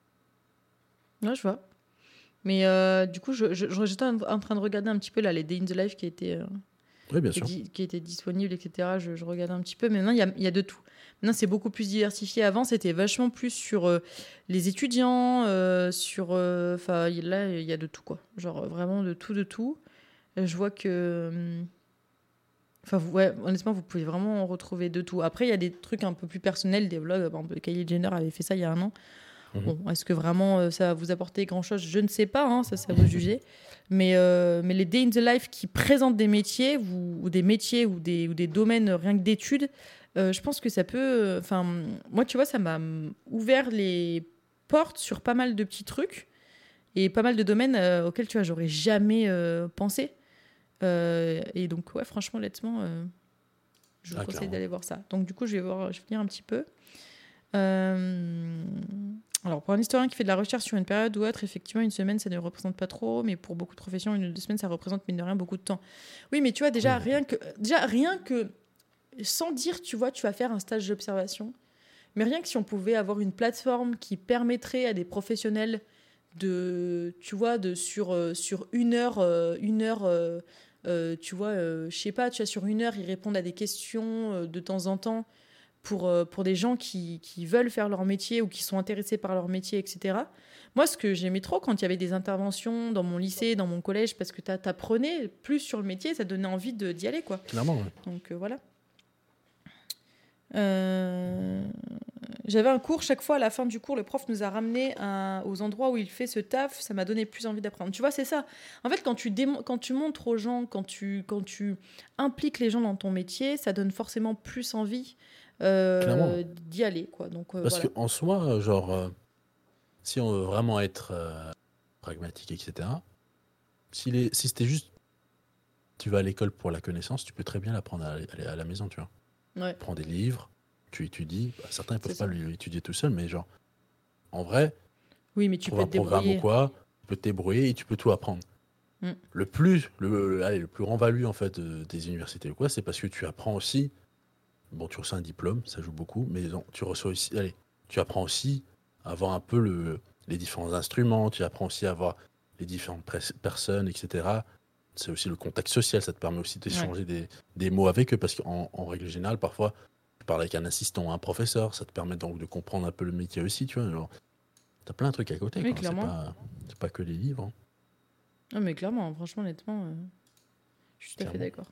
Ouais, je vois. Mais euh, du coup, je, je, je- j'étais en en train de regarder un petit peu là, les Day in the Life qui étaient, euh, Oui, bien qui, sûr. di- qui étaient disponibles, et cetera. Je, je regardais un petit peu. Mais maintenant, il y a, il y a de tout. Maintenant, c'est beaucoup plus diversifié. Avant, c'était vachement plus sur euh, les étudiants, euh, sur... euh, enfin, il- là, il y a de tout, quoi. Genre, vraiment de tout, de tout. Euh, Je vois que... hum, Enfin, vous- ouais, honnêtement, vous pouvez vraiment en retrouver de tout. Après, il y a des trucs un peu plus personnels, des vlogs. Par exemple, Kylie Jenner avait fait ça il y a un an. Mhm. Bon, est-ce que vraiment euh, ça va vous apporter grand-chose? Je ne sais pas, hein, ça, ça vous juger. Mais, euh, mais les Day in the Life qui présentent des métiers ou, ou des métiers ou des, ou des domaines euh, rien que d'études, euh, je pense que ça peut... Enfin, moi, tu vois, ça m'a hum, ouvert les portes sur pas mal de petits trucs et pas mal de domaines euh, auxquels, tu vois, j'aurais jamais euh, pensé. Euh, et donc, ouais, franchement, honnêtement, euh, je vous Ah, conseille clairement. d'aller voir ça. Donc, du coup, je vais, voir, je vais lire un petit peu. Euh, Alors, pour un historien qui fait de la recherche sur une période ou autre, effectivement, une semaine, ça ne représente pas trop, mais pour beaucoup de professions, une ou deux semaines, ça représente, mine de rien, beaucoup de temps. Oui, mais tu vois, déjà, Oui, mais- rien que, déjà, rien que, sans dire, tu vois, tu vas faire un stage d'observation, mais rien que si on pouvait avoir une plateforme qui permettrait à des professionnels de, tu vois, de, sur, euh, sur une heure, euh, une heure euh, euh, tu vois, euh, je sais pas, tu vois, sur une heure, ils répondent à des questions euh, de temps en temps pour, euh, pour des gens qui, qui veulent faire leur métier ou qui sont intéressés par leur métier, et cetera. Moi, ce que j'aimais trop quand il y avait des interventions dans mon lycée, dans mon collège, parce que tu apprenais plus sur le métier, ça donnait envie de- d'y aller, quoi. Clairement, ouais. Donc euh, voilà. Euh, J'avais un cours, chaque fois à la fin du cours, le prof nous a ramené à- aux endroits où il fait ce taf, ça m'a donné plus envie d'apprendre. Tu vois, c'est ça. En fait, quand tu, démon- quand tu montres aux gens, quand tu, quand tu impliques les gens dans ton métier, ça donne forcément plus envie Clairement. euh, d'y aller, quoi. Donc euh, Parce voilà. qu'en soi, euh, genre, euh, si on veut vraiment être euh, pragmatique, et cetera, si, les, si c'était juste, tu vas à l'école pour la connaissance, tu peux très bien l'apprendre à, à, à la maison, tu vois. Ouais, Tu prends des livres, tu étudies. Bah, certains ne c'est peuvent pas ça. l'étudier tout seul, mais genre, en vrai, Oui, mais tu trouve peux un te programme ou débrouiller. quoi, tu peux te débrouiller et tu peux tout apprendre. Mm. Le plus, le, le- allez, le plus grand-value en fait de- des universités ou quoi, c'est parce que tu apprends aussi. Bon, tu reçois un diplôme, ça joue beaucoup, mais non, tu reçois aussi, allez, tu apprends aussi à avoir un peu le, les différents instruments, tu apprends aussi à voir les différentes pres- personnes, et cetera. C'est aussi le contact social, ça te permet aussi Ouais. d'échanger des, des mots avec eux, parce qu'en en règle générale, parfois, tu parles avec un assistant ou un professeur, ça te permet donc de comprendre un peu le métier aussi, tu vois. Genre, t'as plein de trucs à côté, Oui, quoi. C'est clairement. pas, c'est pas que les livres, hein, Non, mais clairement, franchement, honnêtement, euh, je suis tout à fait clairement. d'accord.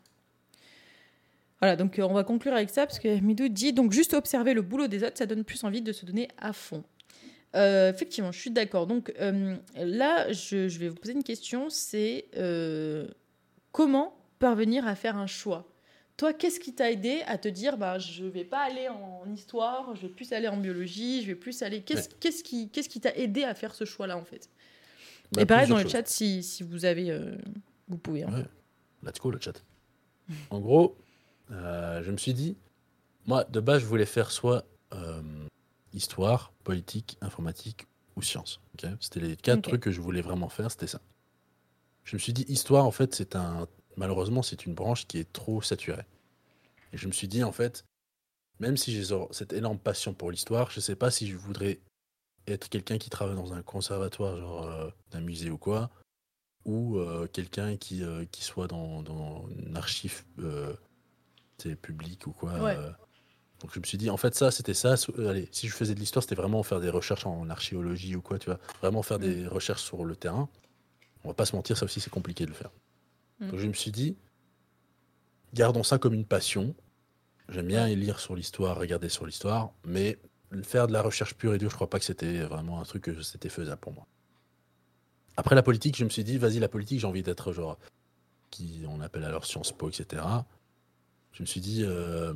Voilà, donc euh, on va conclure avec ça parce que Midou dit donc juste observer le boulot des autres, ça donne plus envie de se donner à fond. Euh, effectivement, je suis d'accord. Donc euh, là, je, je vais vous poser une question, c'est euh, comment parvenir à faire un choix? Toi, qu'est-ce qui t'a aidé à te dire bah je vais pas aller en histoire, je vais plus aller en biologie, je vais plus aller. Ouais. Qu'est-ce qu'est-ce qui qu'est-ce qui t'a aidé à faire ce choix-là en fait? Bah, Et pareil dans plusieurs le choses. chat si, si vous avez, euh, vous pouvez. Hein. Ouais, let's go, le chat. En gros, euh, je me suis dit, moi, de base, je voulais faire soit euh, histoire, politique, informatique ou sciences. Ok, c'était les quatre Ok. trucs que je voulais vraiment faire, c'était ça. Je me suis dit, histoire, en fait, c'est un. Malheureusement, c'est une branche qui est trop saturée. Et je me suis dit, en fait, même si j'ai zo- cette énorme passion pour l'histoire, je sais pas si je voudrais être quelqu'un qui travaille dans un conservatoire, genre euh, d'un musée ou quoi, ou euh, quelqu'un qui, euh, qui soit dans, dans une archive euh, tu sais, publique ou quoi. Ouais. euh. Donc je me suis dit, en fait, ça, c'était ça. so- euh, allez, si je faisais de l'histoire, c'était vraiment faire des recherches en archéologie ou quoi, tu vois. Vraiment faire Mm. des recherches sur le terrain. On va pas se mentir, ça aussi, c'est compliqué de le faire. Mm. Donc je me suis dit, gardons ça comme une passion. J'aime bien Ouais. lire sur l'histoire, regarder sur l'histoire, mais faire de la recherche pure et dure, je crois pas que c'était vraiment un truc que c'était faisable pour moi. Après la politique, je me suis dit, vas-y, la politique, j'ai envie d'être genre, qui on appelle alors Sciences Po, et cetera. Je me suis dit, euh,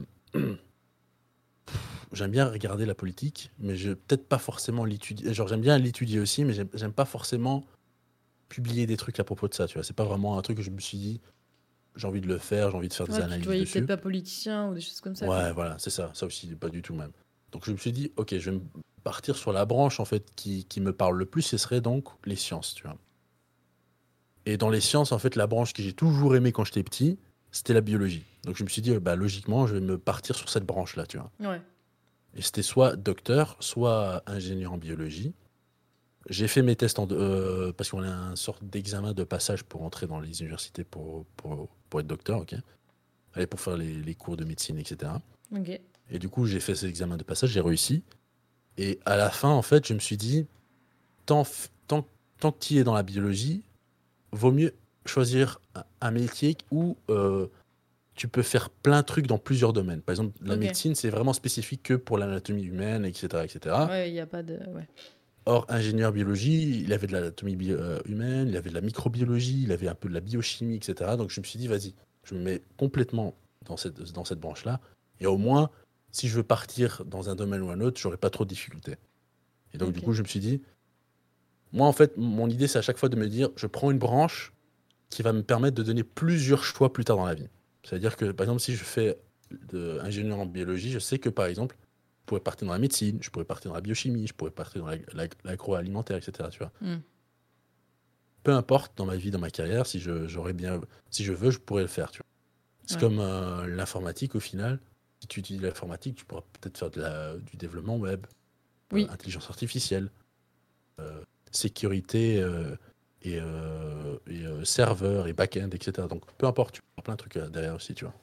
j'aime bien regarder la politique, mais je peut-être pas forcément l'étudier. Genre, j'aime bien l'étudier aussi, mais j'aime j'aime pas forcément publier des trucs à propos de ça, tu vois. C'est pas vraiment un truc que je me suis dit, j'ai envie de le faire, j'ai envie de faire des Ouais, tu te analyses voyais peut-être dessus. pas politicien ou des choses comme ça, quoi. Ouais, voilà, c'est ça. Ça aussi, pas du tout même. Donc, je me suis dit, ok, je vais me partir sur la branche, en fait, qui, qui me parle le plus, ce serait donc les sciences, tu vois. Et dans les sciences, en fait, la branche que j'ai toujours aimée quand j'étais petit, c'était la biologie. Donc, je me suis dit, bah, logiquement, je vais me partir sur cette branche-là, tu vois. Ouais. Et c'était soit docteur, soit ingénieur en biologie. J'ai fait mes tests en, euh, parce qu'on a une sorte d'examen de passage pour entrer dans les universités pour, pour, pour être docteur, ok. Allez, pour faire les, les cours de médecine, et cetera. Ok. Et du coup, j'ai fait ces examens de passage, j'ai réussi. Et à la fin, en fait, je me suis dit, tant, f- tant, tant que tu es dans la biologie, vaut mieux choisir un, un métier où euh, tu peux faire plein de trucs dans plusieurs domaines. Par exemple, la Ok. médecine, c'est vraiment spécifique que pour l'anatomie humaine, et cetera, et cetera. Ouais, il y a pas de. Ouais. Or, ingénieur biologie, il avait de l'anatomie bio- euh, humaine, il avait de la microbiologie, il avait un peu de la biochimie, et cetera. Donc, je me suis dit, vas-y, je me mets complètement dans cette, dans cette branche-là. Et au moins, si je veux partir dans un domaine ou un autre, j'aurai pas trop de difficultés. Et donc, du Ok. coup, je me suis dit, moi, en fait, mon idée, c'est à chaque fois de me dire, je prends une branche qui va me permettre de donner plusieurs choix plus tard dans la vie. C'est-à-dire que, par exemple, si je fais de ingénieur en biologie, je sais que, par exemple, je pourrais partir dans la médecine, je pourrais partir dans la biochimie, je pourrais partir dans la- la- l'agroalimentaire, et cetera. Tu vois. Hmm. Peu importe dans ma vie, dans ma carrière, si je, j'aurais bien, si je veux, je pourrais le faire. Tu vois. C'est Ouais. comme euh, l'informatique au final. Si tu utilises l'informatique, tu pourras peut-être faire de la, du développement web, euh, Oui. intelligence artificielle, euh, sécurité euh, et, euh, et euh, serveur et back-end, et cetera. Donc peu importe, tu peux avoir plein de trucs euh, derrière aussi, tu vois.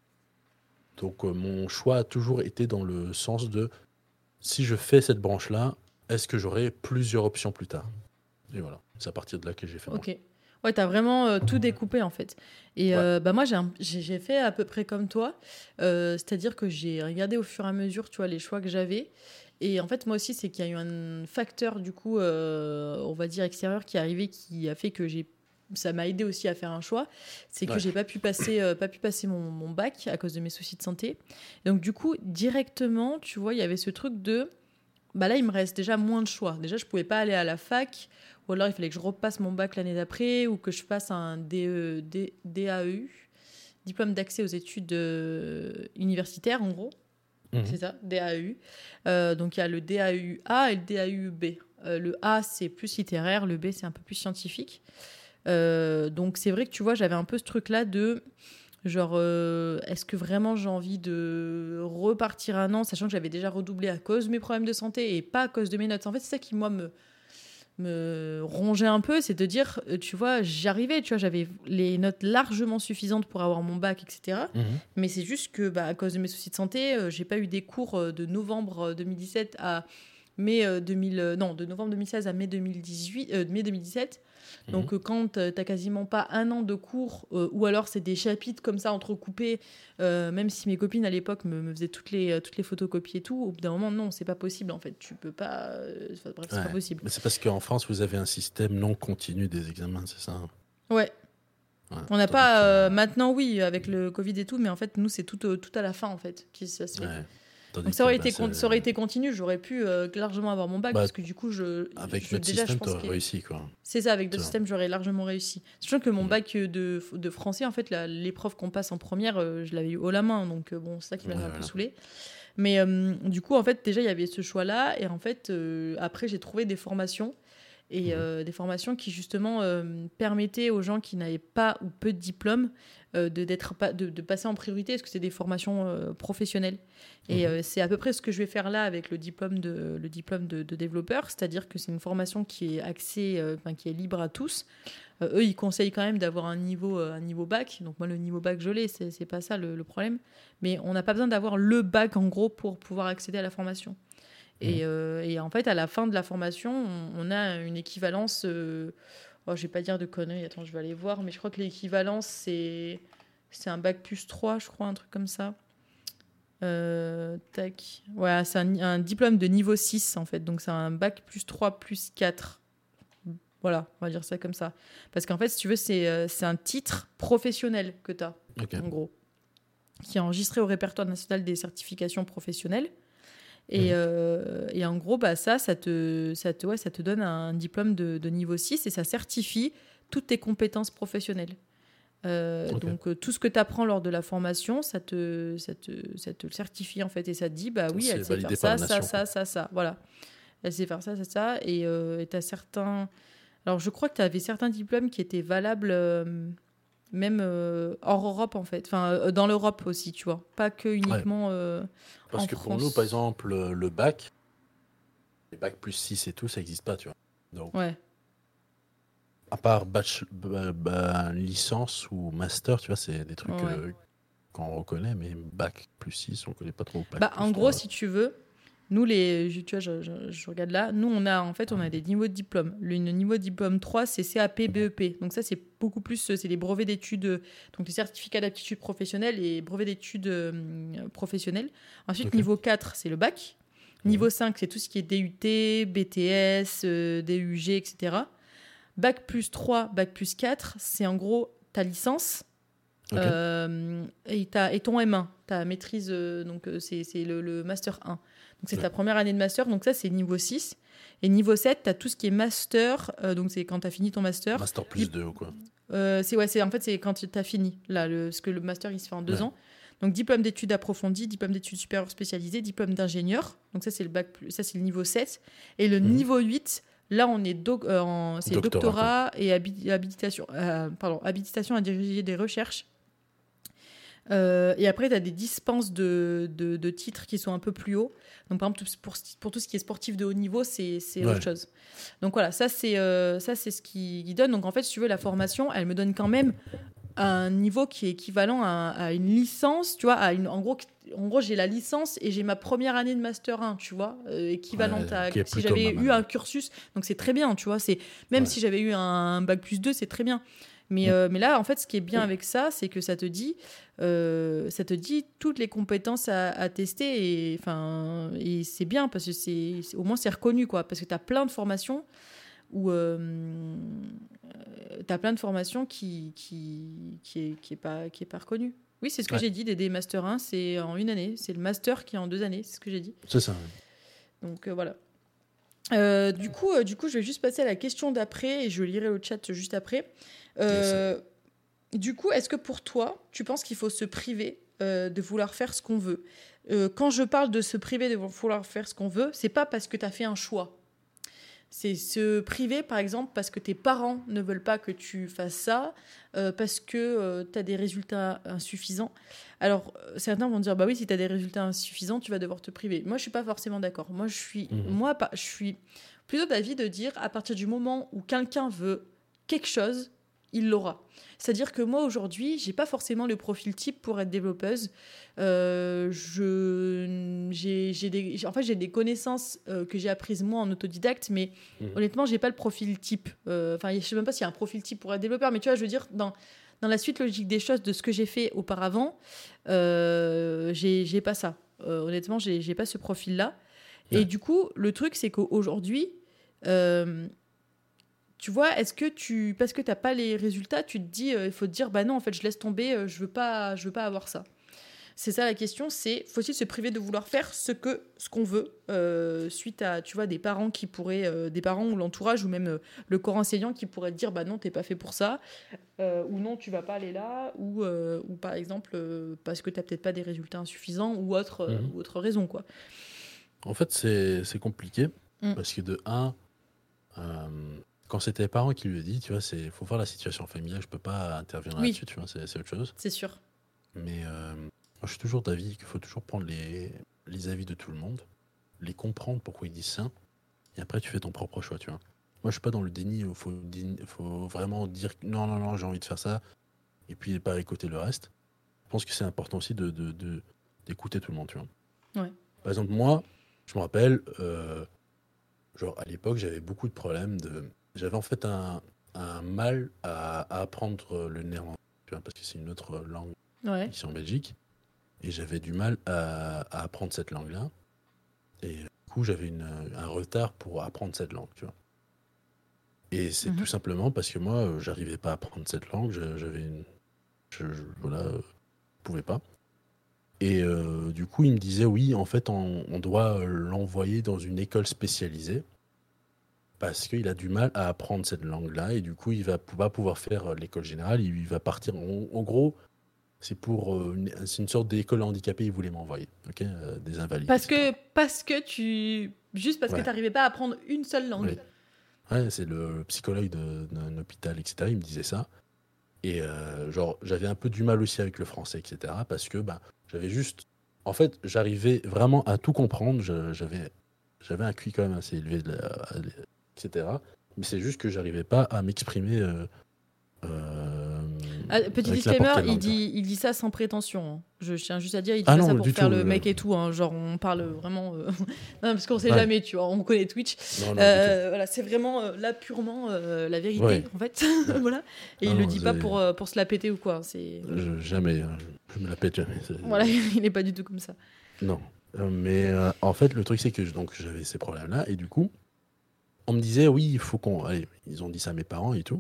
Donc euh, mon choix a toujours été dans le sens de si je fais cette branche-là, est-ce que j'aurai plusieurs options plus tard? Et voilà, c'est à partir de là que j'ai fait mon choix. Ok. Ouais, t'as vraiment euh, tout découpé en fait. Et Ouais. euh, bah moi j'ai un- j'ai j'ai fait à peu près comme toi, Euh, c'est-à-dire que j'ai regardé au fur et à mesure, tu vois, les choix que j'avais. Et en fait moi aussi c'est qu'il y a eu un facteur du coup, euh, on va dire extérieur qui est arrivé, qui a fait que j'ai ça m'a aidé aussi à faire un choix. C'est que Ouais. j'ai pas pu passer euh, pas pu passer mon, mon bac à cause de mes soucis de santé. Donc du coup directement, tu vois, il y avait ce truc de bah là, il me reste déjà moins de choix. Déjà, je pouvais pas aller à la fac, ou alors il fallait que je repasse mon bac l'année d'après, ou que je fasse un D E, D- DAEU, diplôme d'accès aux études euh, universitaires, en gros. Mhm. C'est ça, DAEU. Euh, donc il y a le DAEU A et le DAEU B. Euh, le A, c'est plus littéraire, le B, c'est un peu plus scientifique. Euh, donc c'est vrai que tu vois, j'avais un peu ce truc-là de genre, euh, est-ce que vraiment j'ai envie de repartir un an, sachant que j'avais déjà redoublé à cause de mes problèmes de santé et pas à cause de mes notes. En fait, c'est ça qui, moi, me, me rongeait un peu, c'est de dire, euh, tu vois, j'y arrivais, tu vois, j'avais les notes largement suffisantes pour avoir mon bac, et cetera. Mhm. Mais c'est juste que, bah, à cause de mes soucis de santé, euh, j'ai pas eu des cours euh, de novembre euh, deux mille dix-sept à mai euh, deux mille, euh, non, de novembre deux mille seize à mai deux mille dix-huit, euh, mai deux mille dix-sept. Mhm. Donc, euh, quand euh, t'as quasiment pas un an de cours, euh, ou alors c'est des chapitres comme ça entrecoupés, euh, même si mes copines à l'époque me, me faisaient toutes les, euh, toutes les photocopies et tout, au bout d'un moment, non, c'est pas possible en fait. Tu peux pas. euh, enfin, bref, c'est pas Ouais. possible. Mais c'est parce qu'en France, vous avez un système non continu des examens, c'est ça? Ouais. Ouais. On n'a Tandis pas. que, euh, maintenant, oui, avec le Covid et tout, mais en fait, nous, c'est tout, euh, tout à la fin en fait qui ça se fait. ouais. Donc, Tandis ça que aurait bah, été, c'est- con- ça aurait été continu, j'aurais pu euh, largement avoir mon bac, bah, parce que du coup, je, avec je- notre déjà, je système, tu pense aurais que. réussi, quoi. C'est ça, avec deux C'est ça. systèmes, j'aurais largement réussi. Sachant que mon Mhm. bac de, de français, en fait, la- l'épreuve qu'on passe en première, euh, je l'avais eu haut la main, donc euh, bon, c'est ça qui m'avait Ouais, un peu voilà. saoulé. Mais euh, du coup, en fait, déjà, il y avait ce choix-là, et en fait, euh, après, j'ai trouvé des formations, et Mhm. euh, des formations qui, justement, euh, permettaient aux gens qui n'avaient pas ou peu de diplôme euh, de, d'être pas, de, de passer en priorité, parce que c'est des formations euh, professionnelles. Et Mhm. euh, c'est à peu près ce que je vais faire là avec le diplôme de, le diplôme de, de développeur, c'est-à-dire que c'est une formation qui est axée, euh, enfin, qui est libre à tous. Euh, eux, ils conseillent quand même d'avoir un niveau, euh, un niveau bac. Donc moi, le niveau bac, je l'ai, c'est, c'est pas ça le, le problème. Mais on n'a pas besoin d'avoir le bac, en gros, pour pouvoir accéder à la formation. Et, Mhm. euh, et en fait, à la fin de la formation, on, on a une équivalence... Euh, oh, je vais pas dire de conneries, attends, je vais aller voir. Mais je crois que l'équivalence, c'est, c'est un bac plus trois, je crois, un truc comme ça. Euh, tac. Ouais, c'est un, un diplôme de niveau six, en fait. Donc, c'est un bac plus trois plus quatre. Voilà, on va dire ça comme ça. Parce qu'en fait, si tu veux, c'est, euh, c'est un titre professionnel que tu as, Ok. en gros, qui est enregistré au répertoire national des certifications professionnelles. Et, Mhm. euh, et en gros, bah, ça, ça te, ça, te, ouais, ça te donne un diplôme de, de niveau six et ça certifie toutes tes compétences professionnelles. Euh, Ok. donc, euh, tout ce que tu apprends lors de la formation, ça te, ça, te, ça te le certifie en fait. Et ça te dit, bah oui, C'est elle sait validé faire par ça, la ça, nation, ça, quoi. ça, ça. Voilà. Elle sait faire ça, ça, ça. Et euh, tu as certains. Alors, je crois que tu avais certains diplômes qui étaient valables euh, même euh, hors Europe, en fait. Enfin, euh, dans l'Europe aussi, tu vois. Pas que Ouais. uniquement euh, Parce en que pour nous, par France. exemple, le, le bac, les bacs plus six et tout, ça n'existe pas, tu vois. Donc, Ouais, à part batch, bah, bah, licence ou master, tu vois, c'est des trucs ouais. euh, qu'on reconnaît, mais bac plus six, on ne connaît pas trop bac Bah, en plus gros, trois. si tu veux, nous, les, je- tu vois, je, je- je regarde là, nous, on a, en fait, on a des niveaux de diplôme. Le niveau de diplôme trois, c'est C A P, B E P. Donc ça, c'est beaucoup plus, euh, c'est les brevets d'études, euh, donc les certificats d'aptitude professionnelle et brevets d'études euh, professionnelles. Ensuite, Ok. niveau quatre, c'est le bac. Niveau cinq, c'est tout ce qui est D U T, B T S, euh, D U G, et cetera. Bac plus trois, bac plus quatre, c'est en gros ta licence Ok. euh, et, ta, et ton M un, ta maîtrise, euh, donc euh, c'est, c'est le, le master un. Donc c'est Ouais. ta première année de master, donc ça c'est niveau six. Et niveau sept, tu as tout ce qui est master, euh, donc c'est quand tu as fini ton master. Master plus deux ou quoi. Euh, c'est, ouais, c'est, en fait, c'est quand tu as fini, là, le, parce que le master il se fait en deux Ouais. ans. Donc diplôme d'études approfondies, diplôme d'études supérieures spécialisées, diplôme d'ingénieur. Donc ça c'est le bac plus, ça c'est le niveau sept. Et le Mhm. niveau huit, là on est doc- euh, en, c'est Doctorat, doctorat, et habi- habilitation, euh, pardon, habilitation à diriger des recherches. Euh, et après, tu as des dispenses de, de, de titres qui sont un peu plus hauts. Donc, par exemple, pour, pour tout ce qui est sportif de haut niveau, c'est, c'est Ouais. autre chose. Donc, voilà, ça, c'est, euh, ça, c'est ce qui, qui donne. Donc, en fait, si tu veux, la formation, elle me donne quand même un niveau qui est équivalent à, à une licence, tu vois. À une, en, gros, en gros, j'ai la licence et j'ai ma première année de Master un, tu vois, euh, équivalente Ouais, à qui est si plutôt j'avais pas mal. eu un cursus. Donc, c'est très bien, tu vois. C'est, même Ouais. si j'avais eu un bac plus deux, c'est très bien. Mais, euh, mais là, en fait, ce qui est bien avec ça, c'est que ça te dit, euh, ça te dit toutes les compétences à, à tester. Et, enfin, et c'est bien parce que c'est, c'est- au moins c'est reconnu, quoi. Parce que tu as plein de formations où euh, tu as plein de formations qui qui, qui, est, qui, est pas, qui est pas reconnue. Oui, c'est ce que Ouais. j'ai dit, des, des Master un, c'est en une année. C'est le Master qui est en deux années, c'est ce que j'ai dit. C'est ça. Ouais. Donc euh, voilà. Euh, du, coup, euh, du coup, je vais juste passer à la question d'après et je lirai le chat juste après. Euh, Du coup, est-ce que pour toi, tu penses qu'il faut se priver euh, de vouloir faire ce qu'on veut? Euh, Quand je parle de se priver de vouloir faire ce qu'on veut, c'est pas parce que tu as fait un choix. C'est se priver, par exemple, parce que tes parents ne veulent pas que tu fasses ça, euh, parce que tu as des résultats insuffisants. Alors, euh, certains vont dire, bah oui, si tu as des résultats insuffisants, tu vas devoir te priver. Moi, je suis pas forcément d'accord. Moi, je suis, Mhm. moi, pas- je suis plutôt d'avis de dire, à partir du moment où quelqu'un veut quelque chose, il l'aura. C'est-à-dire que moi, aujourd'hui, j'ai pas forcément le profil type pour être développeuse. Euh, je, j'ai, j'ai des, j'ai- en fait, j'ai des connaissances euh, que j'ai apprises moi en autodidacte, mais Mhm. honnêtement, j'ai pas le profil type. Euh, Enfin, je sais même pas s'il y a un profil type pour être développeur, mais tu vois, je veux dire, dans, dans la suite logique des choses, de ce que j'ai fait auparavant, euh, j'ai, j'ai pas ça. Euh, honnêtement, j'ai, j'ai pas ce profil-là. Et Ouais. du coup, le truc, c'est qu'aujourd'hui, euh, tu vois, est-ce que tu, parce que t'as pas les résultats, tu te dis, euh, il faut te dire, bah non, en fait, je laisse tomber, euh, je veux pas, je veux pas avoir ça. C'est ça la question, c'est faut-il se priver de vouloir faire ce que ce qu'on veut euh, suite à, tu vois, des parents qui pourraient, euh, des parents ou l'entourage ou même euh, le corps enseignant qui pourrait te dire, bah non, t'es pas fait pour ça, euh, ou non, tu vas pas aller là, ou, euh, ou par exemple euh, parce que t'as peut-être pas des résultats insuffisants ou autre, euh, Mhm. ou autre raison, quoi. En fait, c'est c'est compliqué Mm. parce que de un, euh, quand c'était les parents qui lui ont dit, tu vois, c'est faut voir la situation familiale, je peux pas intervenir Oui. là-dessus, tu vois, c'est c'est autre chose. C'est sûr. Mais euh, moi, je suis toujours d'avis qu'il faut toujours prendre les, les avis de tout le monde, les comprendre pourquoi ils disent ça, et après tu fais ton propre choix, tu vois. Moi, je suis pas dans le déni, il faut, dé- faut vraiment dire que non, non, non, j'ai envie de faire ça, et puis pas écouter le reste. Je pense que c'est important aussi de, de- de- d'écouter tout le monde, tu vois. Ouais. Par exemple, moi, je me rappelle, euh, genre à l'époque, j'avais beaucoup de problèmes de. J'avais en fait un, un mal à, à apprendre le néerlandais, tu vois, parce que c'est une autre langue Ouais. ici en Belgique. Et j'avais du mal à, à apprendre cette langue-là. Et du coup, j'avais une- un retard pour apprendre cette langue, tu vois. Et c'est Mhm. tout simplement parce que moi, euh, j'arrivais pas à apprendre cette langue. je- J'avais une. Je, je- voilà, euh, je pouvais pas. Et euh, du coup, il me disait, oui, en fait, on, on doit euh, l'envoyer dans une école spécialisée parce qu'il a du mal à apprendre cette langue-là. Et du coup, il va pas pouvoir faire euh, l'école générale. Il, il va partir. En, en gros, c'est pour euh, une, c'est une sorte d'école handicapée. Il voulait m'envoyer, ok, euh, des invalides, Parce et cetera. que, parce que tu, juste parce que Ouais. t'arrivais pas à apprendre une seule langue. Ouais. Ouais, c'est le psychologue de- d'un hôpital, et cetera. Il me disait ça. Et euh, genre, j'avais un peu du mal aussi avec le français, et cetera. Parce que bah, j'avais juste. En fait, j'arrivais vraiment à tout comprendre. Je- J'avais, j'avais un Q I quand même assez élevé, de la- à- et cetera. Mais c'est juste que j'arrivais pas à m'exprimer euh, euh, Ah, petit avec n'importe disclaimer, quelle il langue, tu vois. dit, il dit ça sans prétention, hein. Je tiens juste à dire, il dit Ah pas ça non, pour du faire tout. le euh, mec et tout, hein. Genre, on parle vraiment. euh, non, parce qu'on sait Ouais. jamais, tu vois, on connaît Twitch. Non, non, du Euh, voilà, c'est vraiment euh, là purement euh, la vérité, Ouais. en fait. Ouais. Voilà. Et Ah il le non, dit pas c'est- pour, euh, pour se la péter ou quoi. C'est... tout. Je- jamais. hein, Je me la pète jamais. c'est- Voilà, il est pas du tout comme ça. Non. Euh, mais euh, en fait, le truc, c'est que je- donc, j'avais ces problèmes-là. Et du coup, on me disait, oui, il faut qu'on. Allez, ils ont dit ça à mes parents et tout.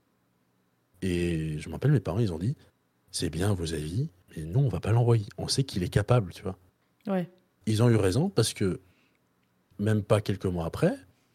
Et je me rappelle, mes parents, ils ont dit, c'est bien vos avis, mais nous, on va pas l'envoyer. On sait qu'il est capable, tu vois. Ouais. Ils ont eu raison parce que même pas quelques mois après,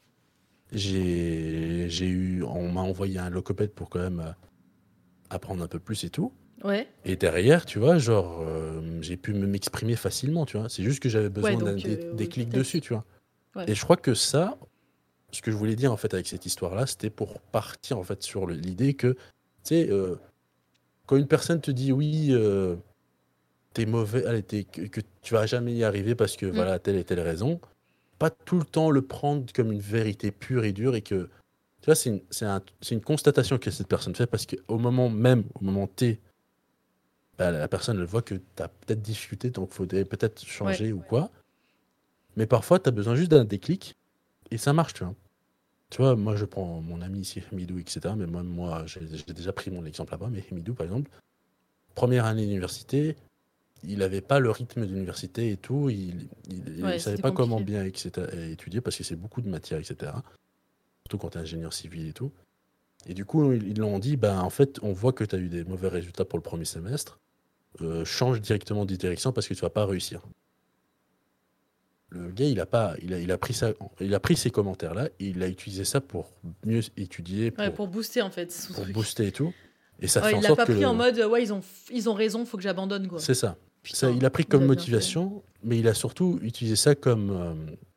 j'ai, j'ai eu, on m'a envoyé un locopède pour quand même euh, apprendre un peu plus et tout. Ouais. Et derrière, tu vois, genre, euh, j'ai pu me- m'exprimer facilement, tu vois. C'est juste que j'avais Ouais, besoin d'un donc dé- euh, oui, déclic dessus, peut-être. tu vois. Ouais. Et je crois que ça, ce que je voulais dire en fait avec cette histoire-là, c'était pour partir en fait sur le- l'idée que, tu sais, euh, quand une personne te dit oui, euh, t'es mauvais, allez, t'es- que, que tu vas jamais y arriver parce que Mm. voilà, telle et telle raison, pas tout le temps le prendre comme une vérité pure et dure et que, tu vois, c'est une, c'est un- c'est une constatation que cette personne fait parce qu'au moment même, au moment T, bah, la personne elle voit que tu as peut-être difficulté, donc il faudrait peut-être Ouais. changer ou quoi. Mais parfois, tu as besoin juste d'un déclic et ça marche, tu vois. Tu vois, moi, je prends mon ami ici, Hamidou, et cetera. Mais moi, moi j'ai j'ai déjà pris mon exemple là-bas. Mais Hamidou, par exemple, première année d'université, il n'avait pas le rythme d'université et tout. Il ne Ouais, savait c'était pas comment compliqué. bien et cetera, étudier parce que c'est beaucoup de matières, et cetera. Surtout quand tu es ingénieur civil et tout. Et du coup, ils ils l'ont dit, bah, en fait, on voit que tu as eu des mauvais résultats pour le premier semestre. Euh, change directement de direction parce que tu vas pas réussir. Le gars, il a pas, il a, il a pris ça, il a pris ces commentaires-là, et il a utilisé ça pour mieux étudier, Ouais, pour, pour booster en fait son pour truc. booster et tout. Et ça fait Ouais, en il l'a sorte pas que pris en le, mode euh, ouais, ils ont, ils ont raison, faut que j'abandonne quoi. c'est ça. Ça, Putain, il a pris il comme a bien fait. motivation, mais il a surtout utilisé ça comme, euh,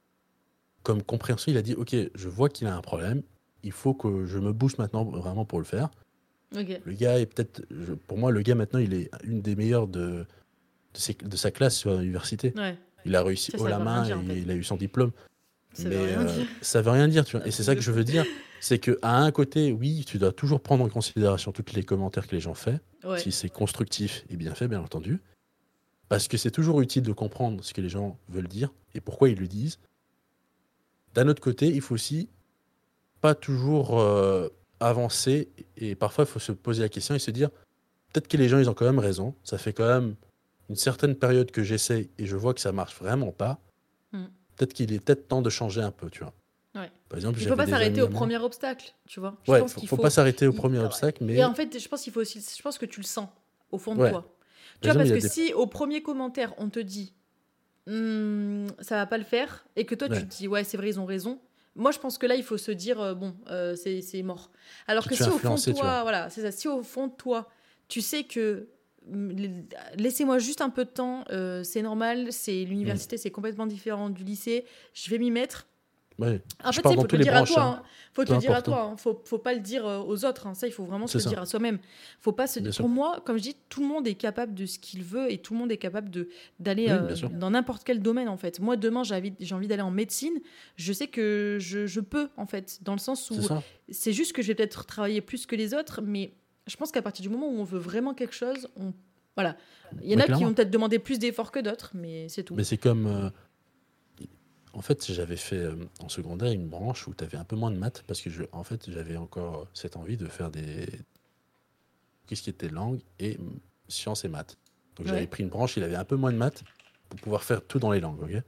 comme compréhension. Il a dit, ok, je vois qu'il a un problème, il faut que je me booste maintenant vraiment pour le faire. Ok. Le gars est peut-être, je- pour moi, le gars maintenant, il est une des meilleures de, de, ses- de sa classe sur l'université. Ouais. Il a réussi Ça, haut ça la veut rien main et dire en fait. il a eu son diplôme. Ça veut Mais rien euh, dire. ça veut rien dire, tu vois. Un Et c'est truc ça de que je fou. veux dire, c'est que à un côté, oui, tu dois toujours prendre en considération tous les commentaires que les gens font, Ouais. si c'est constructif et bien fait, bien entendu, parce que c'est toujours utile de comprendre ce que les gens veulent dire et pourquoi ils le disent. D'un autre côté, il faut aussi pas toujours euh, avancer et parfois il faut se poser la question et se dire, peut-être que les gens ils ont quand même raison. Ça fait quand même une certaine période que j'essaie et je vois que ça marche vraiment pas. Mm. Peut-être qu'il est peut-être temps de changer un peu, tu vois. Ouais. Par exemple, Il faut j'avais pas des s'arrêter amis au à moi. premier obstacle, tu vois. Je Ouais, pense faut, qu'il faut pas faut. s'arrêter au il- premier obstacle, Et mais en fait, je pense qu'il faut aussi. Je pense que tu le sens au fond de ouais. toi. Tu Par vois, exemple, parce il y a que des. si au premier commentaire on te dit Hmm, ça va pas le faire et que toi tu Ouais, te dis ouais c'est vrai ils ont raison. Moi je pense que là il faut se dire euh, bon euh, c'est c'est mort. Alors tu que te fais si au fond de influencer, tu vois. toi voilà c'est ça si au fond de toi tu sais que hmm, laissez-moi juste un peu de temps euh, c'est normal c'est Hmm. l'université c'est complètement différent du lycée je vais m'y mettre. Ouais. En Je fait, ça, pars il dans faut te tous le les dire à branches, toi. hein. Hein. Faut te Peu le dire à importe, hein. toi. Hein. Faut, faut pas le dire euh, aux autres. Hein. Ça, il faut vraiment se C'est le dire ça, à soi-même. Faut pas se... bien sûr. Pour moi, comme je dis, tout le monde est capable de ce qu'il veut et tout le monde est capable de d'aller Oui, euh, bien sûr. dans n'importe quel domaine en fait. Moi, demain, j'ai envie, j'ai envie d'aller en médecine. Je sais que je, je peux en fait, dans le sens C'est où ça. c'est juste que je vais peut-être travailler plus que les autres, mais je pense qu'à partir du moment où on veut vraiment quelque chose, on voilà. Il y en Mais a qui vont clairement. peut-être demander plus d'efforts que d'autres, mais c'est tout. Mais c'est comme. euh, En fait, j'avais fait euh, en secondaire une branche où tu avais un peu moins de maths parce que je, en fait, j'avais encore cette envie de faire des. Qu'est-ce qui était langue et mm, sciences et maths. Donc j'avais Ouais. pris une branche, il avait un peu moins de maths pour pouvoir faire tout dans les langues, ok.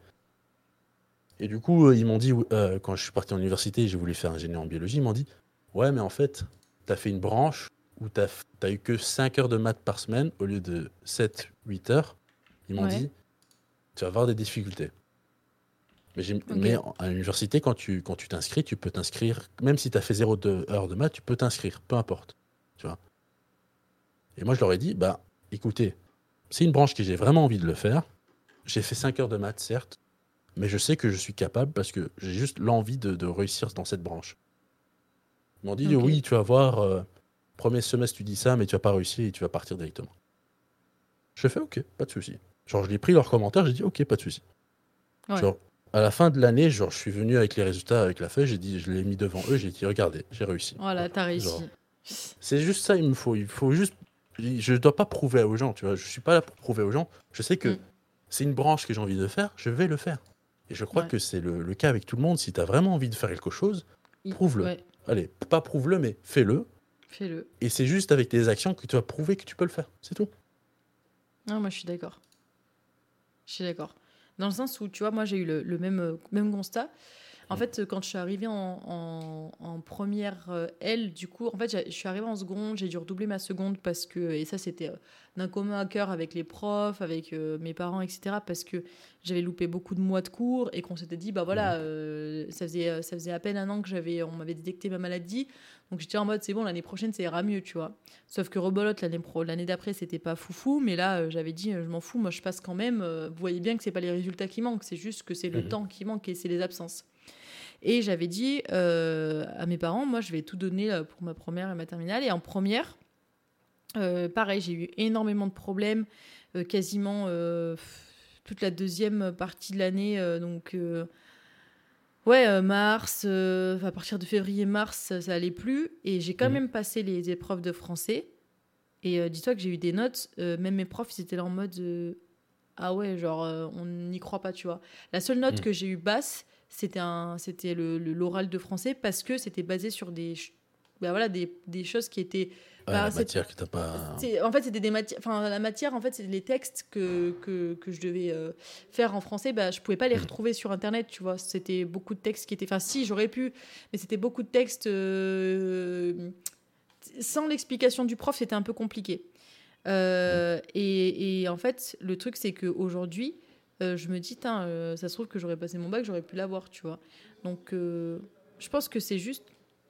Et du coup, euh, ils m'ont dit, euh, quand je suis parti en université et j'ai voulu faire ingénieur en biologie, ils m'ont dit, ouais, mais en fait, tu as fait une branche où tu as eu que cinq heures de maths par semaine au lieu de sept huit heures. Ils m'ont Ouais. dit, tu vas avoir des difficultés. Mais, j'ai- mais Ok. en- à l'université, quand tu quand tu t'inscris, tu peux t'inscrire, même si tu as fait zéro heures de maths, tu peux t'inscrire, peu importe. Tu vois. Et moi, je leur ai dit, bah, écoutez, c'est une branche que j'ai vraiment envie de le faire. J'ai fait cinq heures de maths, certes, mais je sais que je suis capable parce que j'ai juste l'envie de, de réussir dans cette branche. Ils m'ont dit, Ok. oui, tu vas voir, euh, premier semestre, tu dis ça, mais tu vas pas réussir et tu vas partir directement. Je fais, ok, pas de souci. Genre, je l'ai pris leurs commentaires, j'ai dit, ok, pas de souci. Ouais. Genre, à la fin de l'année, genre, je suis venu avec les résultats, avec la feuille, j'ai dit, je l'ai mis devant eux, j'ai dit, regardez, j'ai réussi. Voilà, Voilà. t'as Genre, réussi. c'est juste ça, il me faut. Il faut juste. Je ne dois pas prouver aux gens, tu vois. Je suis pas là pour prouver aux gens. Je sais que Mm. c'est une branche que j'ai envie de faire, je vais le faire. Et je crois Ouais. que c'est le, le cas avec tout le monde. Si tu as vraiment envie de faire quelque chose, Il- prouve-le. Ouais, Allez, pas prouve-le, mais fais-le. fais-le. Et c'est juste avec tes actions que tu vas prouver que tu peux le faire. C'est tout. Non, moi je suis d'accord. Je suis d'accord. Dans le sens où, tu vois, moi, j'ai eu le, le même, euh, même constat. En fait, quand je suis arrivée en, en, en première euh, L, du coup, en fait, j'ai- je suis arrivée en seconde, j'ai dû redoubler ma seconde parce que, et ça, c'était euh, d'un commun accord avec les profs, avec euh, mes parents, et cetera, parce que j'avais loupé beaucoup de mois de cours et qu'on s'était dit, bah voilà, euh, ça faisait, euh, ça faisait à peine un an que j'avais, on m'avait détecté ma maladie, donc j'étais en mode, c'est bon, l'année prochaine, ça ira mieux, tu vois. Sauf que rebolote, l'année, pro, l'année d'après, c'était pas foufou, mais là, euh, j'avais dit, euh, je m'en fous, moi, je passe quand même. euh, vous voyez bien que c'est pas les résultats qui manquent, c'est juste que c'est le Mhm. temps qui manque et c'est les absences. Et j'avais dit euh, à mes parents, moi, je vais tout donner euh, pour ma première et ma terminale. Et en première, euh, pareil, j'ai eu énormément de problèmes, euh, quasiment euh, toute la deuxième partie de l'année. euh, donc, euh, ouais, euh, mars, euh, à partir de février-mars, ça, ça allait plus. Et j'ai quand Mhm. même passé les épreuves de français. Et euh, dis-toi que j'ai eu des notes, euh, même mes profs, ils étaient là en mode euh, ah ouais, genre euh, on n'y croit pas, tu vois. La seule note Mhm. que j'ai eue basse, c'était un, c'était le, le- l'oral de français parce que c'était basé sur des, ch- bah voilà, des, des choses qui étaient. Ouais, Bah, la c'est- matière que t'as pas. c'est- en fait, c'était des matières. Enfin, la matière, en fait, c'est les textes que, que, que je devais euh, faire en français. Bah, je pouvais pas les Mhm. retrouver sur Internet, tu vois. C'était beaucoup de textes qui étaient. Enfin, si, j'aurais pu, mais c'était beaucoup de textes. euh, Sans l'explication du prof, c'était un peu compliqué. Mhm. Euh, et, et en fait, le truc, c'est qu'aujourd'hui, euh, je me dis, tain, euh, ça se trouve que j'aurais passé mon bac, j'aurais pu l'avoir, tu vois. Donc, euh, je pense que c'est juste.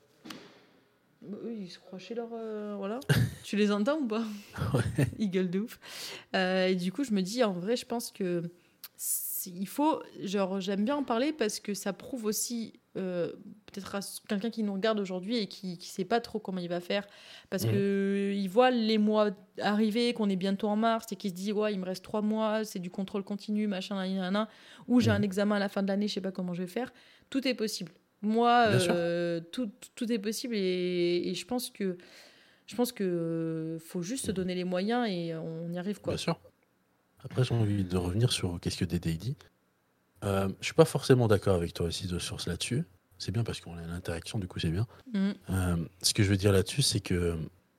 Eux, ils se croient chez leur. euh, voilà. Tu les entends ou pas? Ouais. Ils gueulent de ouf. Euh, et du coup, je me dis, en vrai, je pense que c'est- il faut, genre, j'aime bien en parler parce que ça prouve aussi, euh, peut-être à quelqu'un qui nous regarde aujourd'hui et qui ne sait pas trop comment il va faire, parce Mhm. que il voit les mois arriver, qu'on est bientôt en mars et qu'il se dit, ouais, il me reste trois mois, c'est du contrôle continu, machin, nan, nan, nan, ou j'ai un Mhm. examen à la fin de l'année, je sais pas comment je vais faire. Tout est possible. Moi, Bien sûr. euh, tout, tout est possible et, et je pense que je pense que euh, faut juste se Mhm. donner les moyens et on y arrive, Bien quoi. sûr. Après, j'ai envie de revenir sur qu'est-ce que Dédé dit. Euh, je suis pas forcément d'accord avec toi aussi de, sur ce là-dessus. C'est bien parce qu'on a l'interaction, du coup, c'est bien. Mhm. Euh, ce que je veux dire là-dessus, c'est que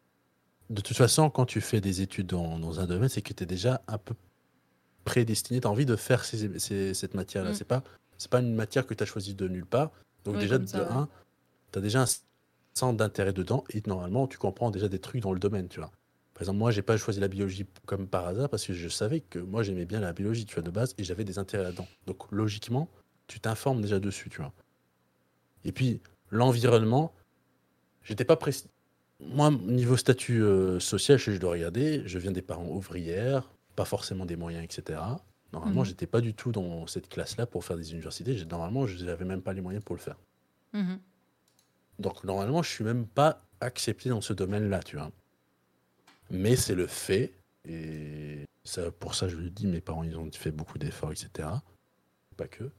de toute façon, quand tu fais des études dans, dans un domaine, c'est que tu es déjà un peu prédestiné, tu as envie de faire ces- ces- cette matière-là. Mhm. C'est pas, c'est pas une matière que tu as choisie de nulle part. Donc Ouais, déjà, comme de ça, ouais. un, tu as déjà un centre d'intérêt dedans et normalement, tu comprends déjà des trucs dans le domaine, tu vois. Par exemple, moi, j'ai pas choisi la biologie comme par hasard parce que je savais que moi, j'aimais bien la biologie, tu vois, de base, et j'avais des intérêts là-dedans. Donc logiquement, tu t'informes déjà dessus, tu vois. Et puis, l'environnement, j'étais pas pré... Moi, niveau statut euh, social, je, je dois regarder, je viens des parents ouvrières, pas forcément des moyens, et cetera. Normalement, Mhm. j'étais pas du tout dans cette classe-là pour faire des universités. J'ai- Normalement, je n'avais même pas les moyens pour le faire. Mhm. Donc, normalement, je suis même pas accepté dans ce domaine-là, tu vois. Mais c'est le fait, et ça, pour ça, je le dis, mes parents, ils ont fait beaucoup d'efforts, et cetera. Pas que.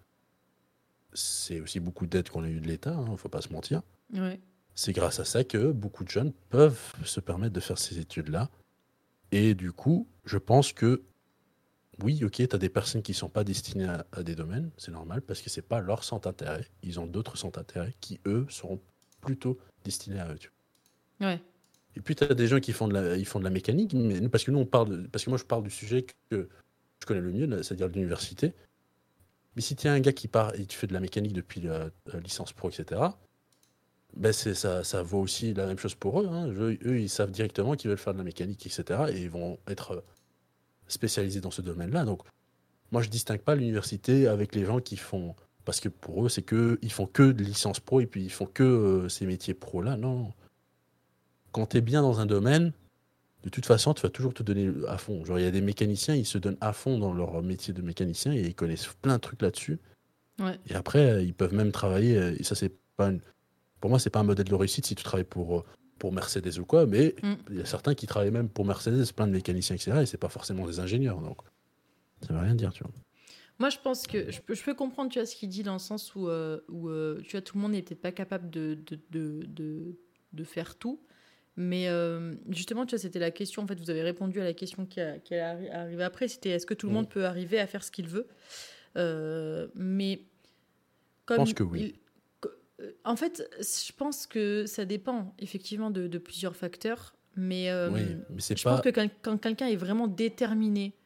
C'est aussi beaucoup d'aide qu'on a eu de l'État, hein, faut pas se mentir. Ouais. C'est grâce à ça que beaucoup de jeunes peuvent se permettre de faire ces études-là. Et du coup, je pense que oui, ok, tu as des personnes qui sont pas destinées à, à des domaines, c'est normal, parce que c'est pas leur centre d'intérêt. Ils ont d'autres centres d'intérêt qui, eux, seront plutôt destinés à eux. Tu vois. Ouais. Et puis, tu as des gens qui font de la, ils font de la mécanique, mais, nous- parce que nous, on parle de- parce que moi, je parle du sujet que je connais le mieux, là, c'est-à-dire l'université. Mais si tu es un gars qui part et tu fais de la mécanique depuis la, la licence pro, et cetera, ben c'est, ça, ça vaut aussi la même chose pour eux, hein. Eux, eux, ils savent directement qu'ils veulent faire de la mécanique, et cetera. Et ils vont être euh, spécialisés dans ce domaine-là. Donc, moi, je distingue pas l'université avec les gens qui font. Parce que pour eux, c'est que ils font que de licence pro et puis ils font que euh, ces métiers pro-là. Non, non. Quand tu es bien dans un domaine, de toute façon, tu vas toujours te donner à fond. Genre, il y a des mécaniciens, ils se donnent à fond dans leur métier de mécanicien et ils connaissent plein de trucs là-dessus. Ouais. Et après, euh, ils peuvent même travailler. euh, Et ça, c'est pas une- pour moi, c'est pas un modèle de réussite si tu travailles pour, euh, pour Mercedes ou quoi. Mais Mm. il y a certains qui travaillent même pour Mercedes, plein de mécaniciens, et cetera. Et c'est pas forcément des ingénieurs. Donc, ça veut rien dire, tu vois. Moi, je pense que je peux, je peux comprendre, tu vois, ce qu'il dit dans le sens où, euh, où euh, tu vois, tout le monde n'est peut-être pas capable de, de, de, de, de faire tout. Mais euh, justement, tu vois, c'était la question. En fait, vous avez répondu à la question qui, a, qui allait arri- arriver après. C'était est-ce que tout le Mm. monde peut arriver à faire ce qu'il veut? Euh, mais Je pense comme que oui. il- co- euh, en fait, je pense que ça dépend effectivement de, de plusieurs facteurs. Mais Oui, euh, mais c'est je pense pas. que quand, quand quelqu'un est vraiment déterminé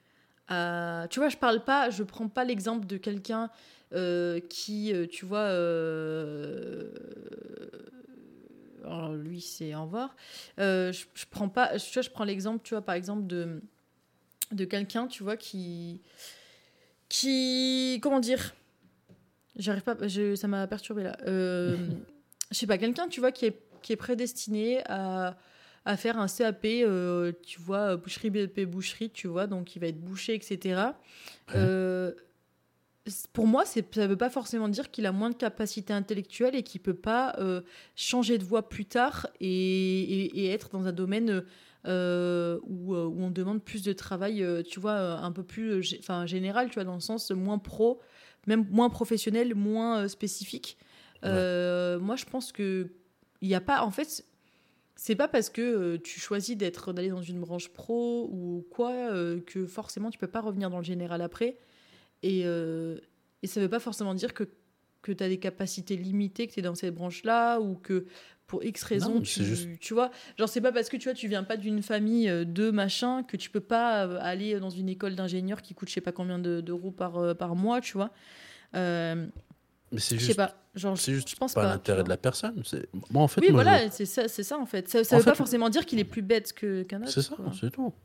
à- Tu vois, je parle pas, je prends pas l'exemple de quelqu'un euh, qui, euh, tu vois, euh, alors lui c'est au revoir. Euh, je, je prends pas, tu vois, je prends l'exemple, tu vois, par exemple de de quelqu'un, tu vois, qui qui comment dire, j'arrive pas, je- ça m'a perturbé là. Euh, je sais pas, quelqu'un, tu vois, qui est qui est prédestiné à à faire un C A P, euh, tu vois, boucherie B E P boucherie, tu vois, donc il va être bouché, et cetera. Ouais. Euh, c- pour moi, c'est, ça veut pas forcément dire qu'il a moins de capacité intellectuelle et qu'il peut pas euh, changer de voie plus tard et, et- et être dans un domaine euh, où, euh, où on demande plus de travail, euh, tu vois, euh, un peu plus euh, gé- enfin, général, tu vois, dans le sens moins pro, même moins professionnel, moins euh, spécifique. Ouais. Euh, moi, je pense que il y a pas, en fait, c'est pas parce que euh, tu choisis d'être d'aller dans une branche pro ou quoi euh, que forcément tu peux pas revenir dans le général après. Et, euh, et ça veut pas forcément dire que, que tu as des capacités limitées, que tu es dans cette branche-là, ou que pour X Non, raisons, mais c'est juste. tu, tu vois. Genre, c'est pas parce que tu vois, tu viens pas d'une famille euh, de machin que tu peux pas euh, aller dans une école d'ingénieur qui coûte je sais pas combien de- d'euros par, euh, par mois, tu vois. Euh, Mais c'est je sais juste. pas. Genre, je C'est je juste pense pas pas, tu l'intérêt de vois. la personne. C'est... Moi, en fait, Oui, moi, je. voilà, c'est ça, c'est ça en fait. Ça, ça En veut pas fait, forcément dire qu'il est plus bête que, qu'un c'est autre, ça, quoi. c'est tout.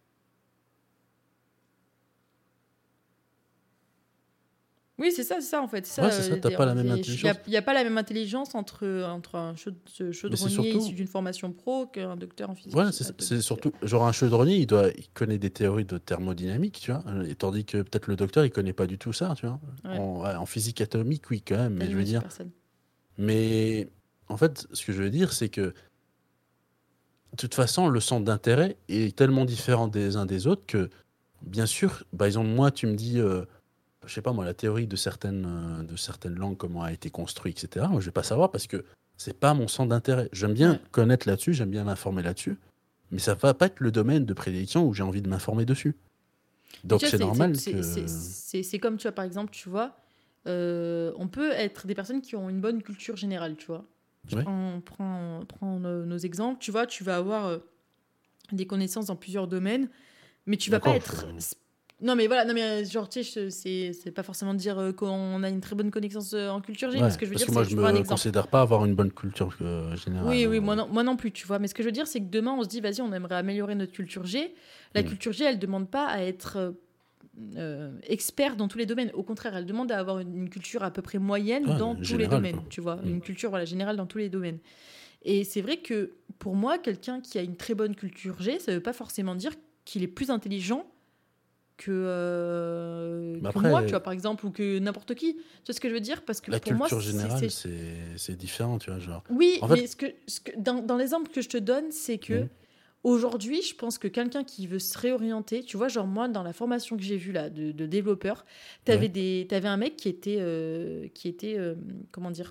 Oui, c'est ça, c'est ça en fait. C'est ça, Ouais, c'est ça, euh, t'as des- pas la même il n'y a, intelligence. il y a pas la même intelligence entre, entre un chaud- ce Mais c'est chaudronnier issu surtout. d'une formation pro qu'un docteur en Ouais, physique c'est ça. C'est atomique. surtout. Genre, un chaudronnier, il, doit... il connaît des théories de thermodynamique, tu vois. Et tandis que peut-être le docteur, il connaît pas du tout ça, tu vois. Ouais, En, ouais, en physique atomique, oui, quand même, mais je veux d'animation dire. personne. Mais en fait, ce que je veux dire, c'est que de toute façon, le centre d'intérêt est tellement différent des uns des autres que, bien sûr, par exemple, moi, tu me dis, euh, je sais pas moi, la théorie de certaines, euh, de certaines langues, comment a été construite, et cetera. Moi, je vais pas savoir parce que c'est pas mon centre d'intérêt. J'aime bien Ouais. connaître là-dessus, j'aime bien m'informer là-dessus, mais ça va pas être le domaine de prédilection où j'ai envie de m'informer dessus. Mais tu Donc vois, c'est c'est c'est- normal c'est- c'est- que. c'est- c'est comme, tu vois, par exemple, tu vois, euh, on peut être des personnes qui ont une bonne culture générale, tu vois. Je Ouais. prends, prends, prends nos, nos exemples, tu vois, tu vas avoir euh, des connaissances dans plusieurs domaines, mais tu vas pas D'accord. je- être. Non, mais voilà, non, mais euh, genre, tu sais, je- c'est c'est pas forcément de dire euh, qu'on a une très bonne connaissance euh, en culture G, mais Ouais, ce que je veux parce dire, que moi, c'est, je je prends un me exemple. considère pas avoir une bonne culture euh, générale, Oui, oui, moi hein. non, moi non plus, tu vois. Mais ce que je veux dire, c'est que demain, on se dit, vas-y, on aimerait améliorer notre culture G. La Mm. culture G, elle demande pas à être euh, euh, expert dans tous les domaines. Au contraire, elle demande à avoir une, une culture à peu près moyenne Ouais, dans tous les général, quoi. domaines, tu vois. Mm. Une culture, voilà, générale dans tous les domaines. Et c'est vrai que pour moi, quelqu'un qui a une très bonne culture G, ça veut pas forcément dire qu'il est plus intelligent que, euh, Mais que moi, tu après, vois, par exemple, ou que n'importe qui. Tu vois ce que je veux dire? Parce que la pour moi, culture c'est... générale, c'est- c'est c'est différent, tu vois, genre. Oui, En fait, mais ce que, ce que, dans, dans l'exemple que je te donne, c'est que mm, aujourd'hui, je pense que quelqu'un qui veut se réorienter, tu vois, genre moi, dans la formation que j'ai vue là, de, de développeur, t'avais ouais, des, t'avais un mec qui était, euh, qui était, euh, comment dire,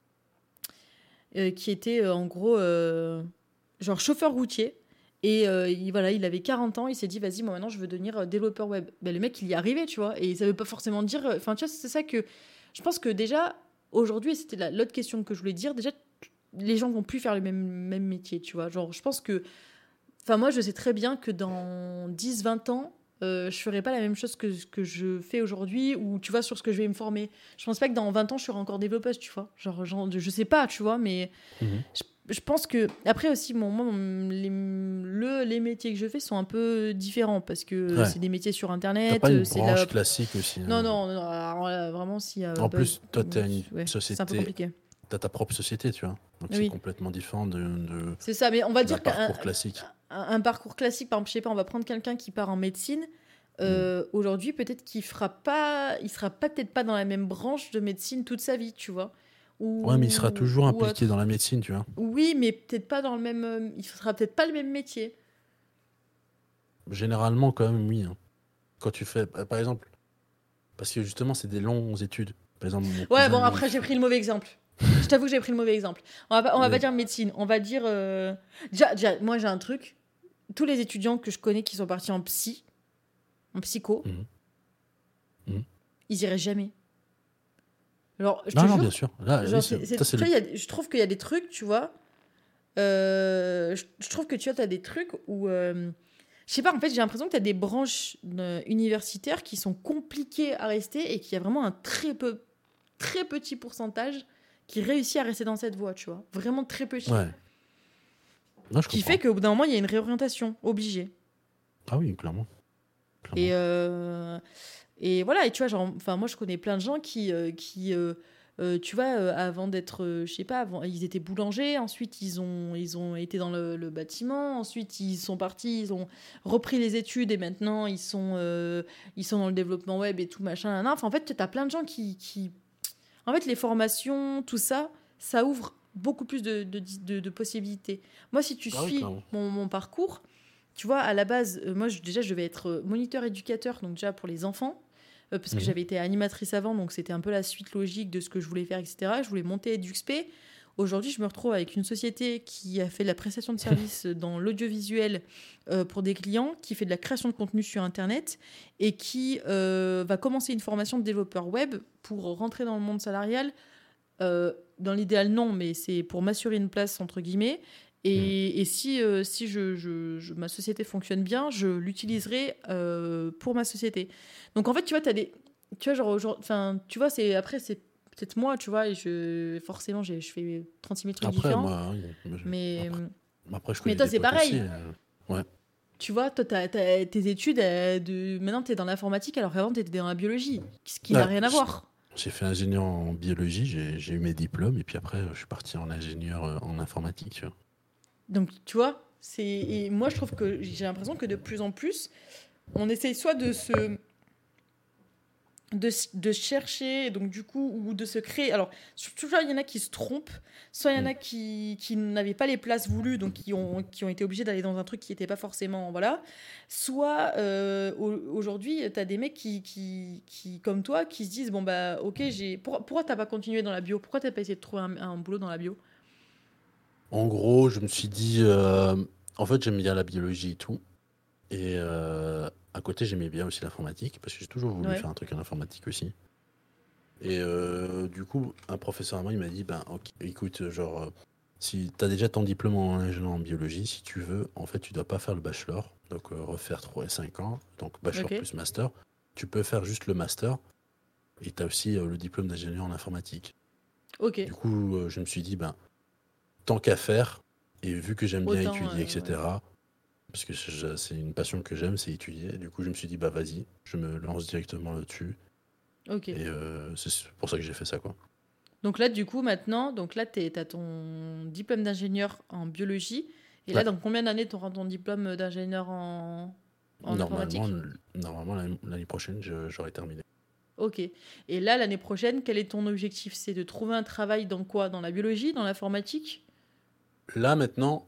euh, qui était euh, en gros, euh, genre chauffeur routier. Et euh, il, voilà, il avait quarante ans, il s'est dit, vas-y, moi maintenant je veux devenir euh, développeur web. Ben, le mec, il y est arrivé, tu vois. Et ça veut pas forcément dire. euh, Enfin, tu vois, c'est ça que. Je pense que déjà, aujourd'hui, et c'était la- l'autre question que je voulais dire, déjà, les gens vont plus faire le même, même métier, tu vois. Genre, je pense que. Enfin, moi, je sais très bien que dans dix vingt ans, euh, je ferai pas la même chose que ce que je fais aujourd'hui ou, tu vois, sur ce que je vais me former. Je pense pas que dans vingt ans, je serai encore développeuse, tu vois. Genre, genre je sais pas, tu vois, mais mhm. je, je pense que. Après aussi, bon, moi, mon- les, le, les métiers que je fais sont un peu différents parce que Ouais. c'est des métiers sur T'as Internet, pas euh, une c'est de la. branche classique aussi, Non, hein. non, non, alors là, vraiment, si. euh, En bah, plus, toi, t'as une ouais, c'est un peu société, compliqué. t'as ta propre société, tu vois. Donc c'est Oui. complètement différent de, de- C'est ça, mais on va d'un dire qu'un parcours classique. un, un parcours classique, par exemple, je sais pas, on va prendre quelqu'un qui part en médecine. Mm. Euh, aujourd'hui, peut-être qu'il fera pas, il sera pas- peut-être pas dans la même branche de médecine toute sa vie, tu vois, Ouais, mais il sera ou, toujours ou impliqué dans autre. la médecine, tu vois. Oui, mais peut-être pas dans le même, euh, il fera peut-être pas le même métier. Généralement, quand même, oui, hein. Quand tu fais, par par exemple, parce que justement, c'est des longues études. Par exemple, mon Ouais, bon, cousin, lui, il après j'ai fait- pris le mauvais exemple. Je t'avoue que j'ai pris le mauvais exemple. On va pas, on va pas mais- dire médecine, on va dire euh, déjà, déjà, moi j'ai un truc. Tous les étudiants que je connais qui sont partis en psy, en psycho, Mhm. Mhm. ils iraient jamais. Alors, je te Non, non, bien jure, sûr. Là, oui, genre, c'est- c'est, c'est- ça, c'est tu vois, le. il y a des- je trouve qu'il y a des trucs, tu vois. euh, je, je trouve que tu vois, t'as des trucs où. euh, je Je sais pas, en fait, j'ai l'impression que tu as des branches euh, universitaires qui sont compliquées à rester et qu'il y a vraiment un très, peu, très petit pourcentage qui réussit à rester dans cette voie, tu vois. Vraiment très petit. Ouais. Non, je Qui comprends. fait qu'au bout d'un moment, il y a une réorientation obligée. Ah oui, clairement. clairement. Et, euh, et voilà, et tu vois, genre, enfin, moi, je connais plein de gens qui, euh, qui euh, euh, tu vois, euh, avant d'être, euh, je sais pas, avant, ils étaient boulangers, ensuite, ils ont, ils ont été dans le, le bâtiment, ensuite, ils sont partis, ils ont repris les études, et maintenant, ils sont, euh, ils sont dans le développement web et tout, machin, nan, nan. Enfin, en fait, tu as plein de gens qui, qui... En fait, les formations, tout ça, ça ouvre beaucoup plus de, de, de, de possibilités. Moi, si tu Ah oui, suis clairement. mon, mon parcours, tu vois, à la base, euh, moi, je- déjà, je devais être euh, moniteur éducateur, donc déjà pour les enfants, euh, parce que Mhm. j'avais été animatrice avant, donc c'était un peu la suite logique de ce que je voulais faire, et cetera. Je voulais monter EduxP. Aujourd'hui, je me retrouve avec une société qui a fait de la prestation de services dans l'audiovisuel euh, pour des clients, qui fait de la création de contenu sur Internet et qui euh, va commencer une formation de développeur web pour rentrer dans le monde salarial. Euh, dans l'idéal, non, mais c'est pour m'assurer une place, entre guillemets. Et, et si, euh, si je, je- je- ma société fonctionne bien, je l'utiliserai euh, pour ma société. Donc en fait, tu vois, t'as des, tu vois, genre, aujourd'hui- enfin, tu vois, c'est après, c'est peut-être moi, tu vois, et je, forcément, j'ai, je fais trente-six mille trucs Après, différents. moi, oui, moi, je- Mais, après, après, je mais connais toi, des c'est potes aussi. pareil. euh, Ouais. Tu vois, toi, t'as, t'as tes études, euh, de... maintenant, tu es dans l'informatique, alors qu'avant, tu étais dans la biologie, ce qui n'a Ouais, rien à j- voir. J'ai fait ingénieur en biologie, j'ai j'ai eu mes diplômes, et puis après, je suis parti en ingénieur euh, en informatique. Tu vois. Donc, tu vois, c'est... Et moi, je trouve que j'ai l'impression que de plus en plus, on essaye soit de se de, de chercher, donc du coup, ou de se créer. Alors, toujours, il y en a qui se trompent, soit il y en Mm. a qui, qui n'avaient pas les places voulues, donc qui ont, qui ont été obligés d'aller dans un truc qui n'était pas forcément. Voilà. Soit euh, au- aujourd'hui, tu as des mecs qui, qui, qui, comme toi, qui se disent bon, bah, ok, j'ai. Pour- pourquoi t'as pas continué dans la bio? Pourquoi t'as pas essayé de trouver un, un boulot dans la bio? En gros, je me suis dit, euh, en fait, j'aime bien la biologie et tout. Et euh, à côté, j'aimais bien aussi l'informatique, parce que j'ai toujours voulu Ouais. faire un truc en informatique aussi. Et euh, du coup, un professeur à moi, il m'a dit, ben, ok, écoute, genre, euh, si tu as déjà ton diplôme en ingénieur en biologie, si tu veux, en fait, tu dois pas faire le bachelor, donc euh, refaire trois et cinq ans, donc bachelor Ok. plus master. Tu peux faire juste le master, et tu as aussi euh, le diplôme d'ingénieur en informatique. Ok. Du coup, euh, je me suis dit, ben, tant qu'à faire, et vu que j'aime bien Autant. étudier, euh, ouais. et cetera, parce que je- c'est une passion que j'aime, c'est étudier. Du coup, je me suis dit, bah vas-y, je me lance directement là-dessus. Ok. Et euh, c'est pour ça que j'ai fait ça, quoi. Donc là, du coup, maintenant, donc là, tu as ton diplôme d'ingénieur en biologie. Et là, Ouais. dans combien d'années tu auras ton diplôme d'ingénieur en, en Normalement, informatique? n- normalement l'année l'année prochaine, je- j'aurai terminé. Ok. Et là, l'année prochaine, quel est ton objectif? C'est de trouver un travail dans quoi? Dans la biologie? Dans l'informatique? Là, maintenant,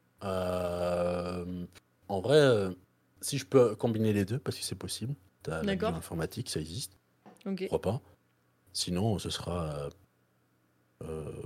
euh, en vrai, euh, si je peux combiner les deux, parce que c'est possible, t'as la D'accord. bioinformatique, ça existe, Ok. pourquoi pas. Sinon, ce sera... euh, euh,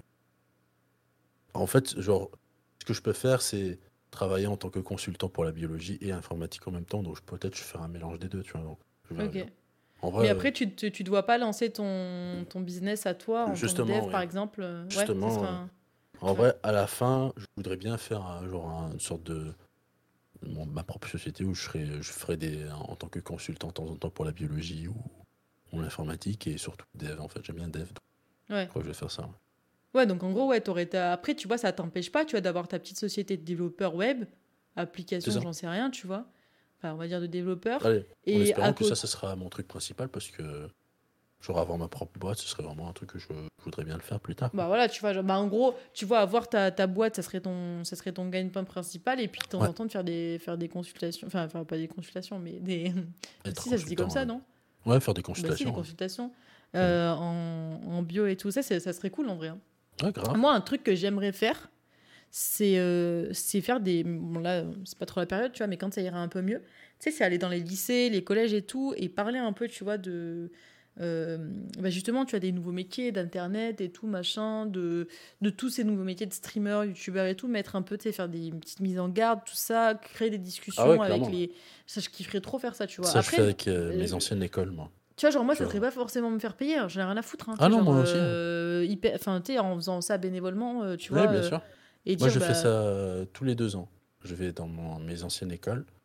en fait, genre, ce que je peux faire, c'est travailler en tant que consultant pour la biologie et informatique en même temps. Donc, je- peut-être je ferai un mélange des deux, tu vois. Donc, je verrai Ok. bien. En vrai, Mais euh, après, tu te, tu dois pas lancer ton, ton business à toi en tant que justement, dev, oui. par exemple. euh, Ouais, ça Justement, sera euh, un... en Ouais. vrai, à la fin, je voudrais bien faire un- genre un- une sorte de mon- ma propre société où je serais, je ferais des en tant que consultant de temps en temps pour la biologie ou, ou l'informatique et surtout dev. En fait, j'aime bien dev. Donc je Ouais. crois que je vais faire ça. Ouais. Ouais, donc en gros, ouais, t'aurais ta... Après, tu vois, ça t'empêche pas, tu vois, d'avoir ta petite société de développeur web, C'est application, ça. j'en sais rien, tu vois. Enfin, on va dire de développeur. Allez, en Et à espérant que ça, côté... ce sera mon truc principal parce que genre avoir ma propre boîte, ce serait vraiment un truc que je, je voudrais bien le faire plus tard, Bah quoi. voilà, tu vois, genre, bah en gros, tu vois, avoir ta, ta boîte, ça serait ton, ça serait ton gagne-pain principal, et puis de temps Ouais, en temps de faire des, faire des consultations, enfin, enfin, pas des consultations, mais des... être Si, ça se dit comme consultant. ça, euh, non? Ouais, faire des Bah si, des consultations. Ouais. consultations Mm. euh, en, en bio et tout ça, c'est- ça serait cool en vrai, hein. Ouais, grave. Moi, un truc que j'aimerais faire, c'est euh, c'est faire des... Bon là, c'est pas trop la période, tu vois, mais quand ça ira un peu mieux, tu sais, c'est aller dans les lycées, les collèges et tout, et parler un peu, tu vois, de... euh, bah justement, tu as des nouveaux métiers d'internet et tout machin, de, de tous ces nouveaux métiers de streamer, youtubeur et tout, mettre un peu, tu sais, faire des petites mises en garde, tout ça, créer des Ah ouais, discussions avec clairement. les... Ça, je kifferais trop faire ça, tu vois. Ça, je fais Après, avec euh, mes euh, anciennes écoles, moi. tu vois, genre moi, Tu ça serait vois. pas forcément me faire payer, hein, j'en ai rien à foutre, hein, tu Ah sais, non, genre, moi aussi, hein. euh, hyper... enfin, tu sais, en faisant ça bénévolement, euh, tu Oui, vois, bien euh, sûr. et Moi, dire, je fais ça bah, euh, tous les deux ans. Je vais dans mon- mes anciennes écoles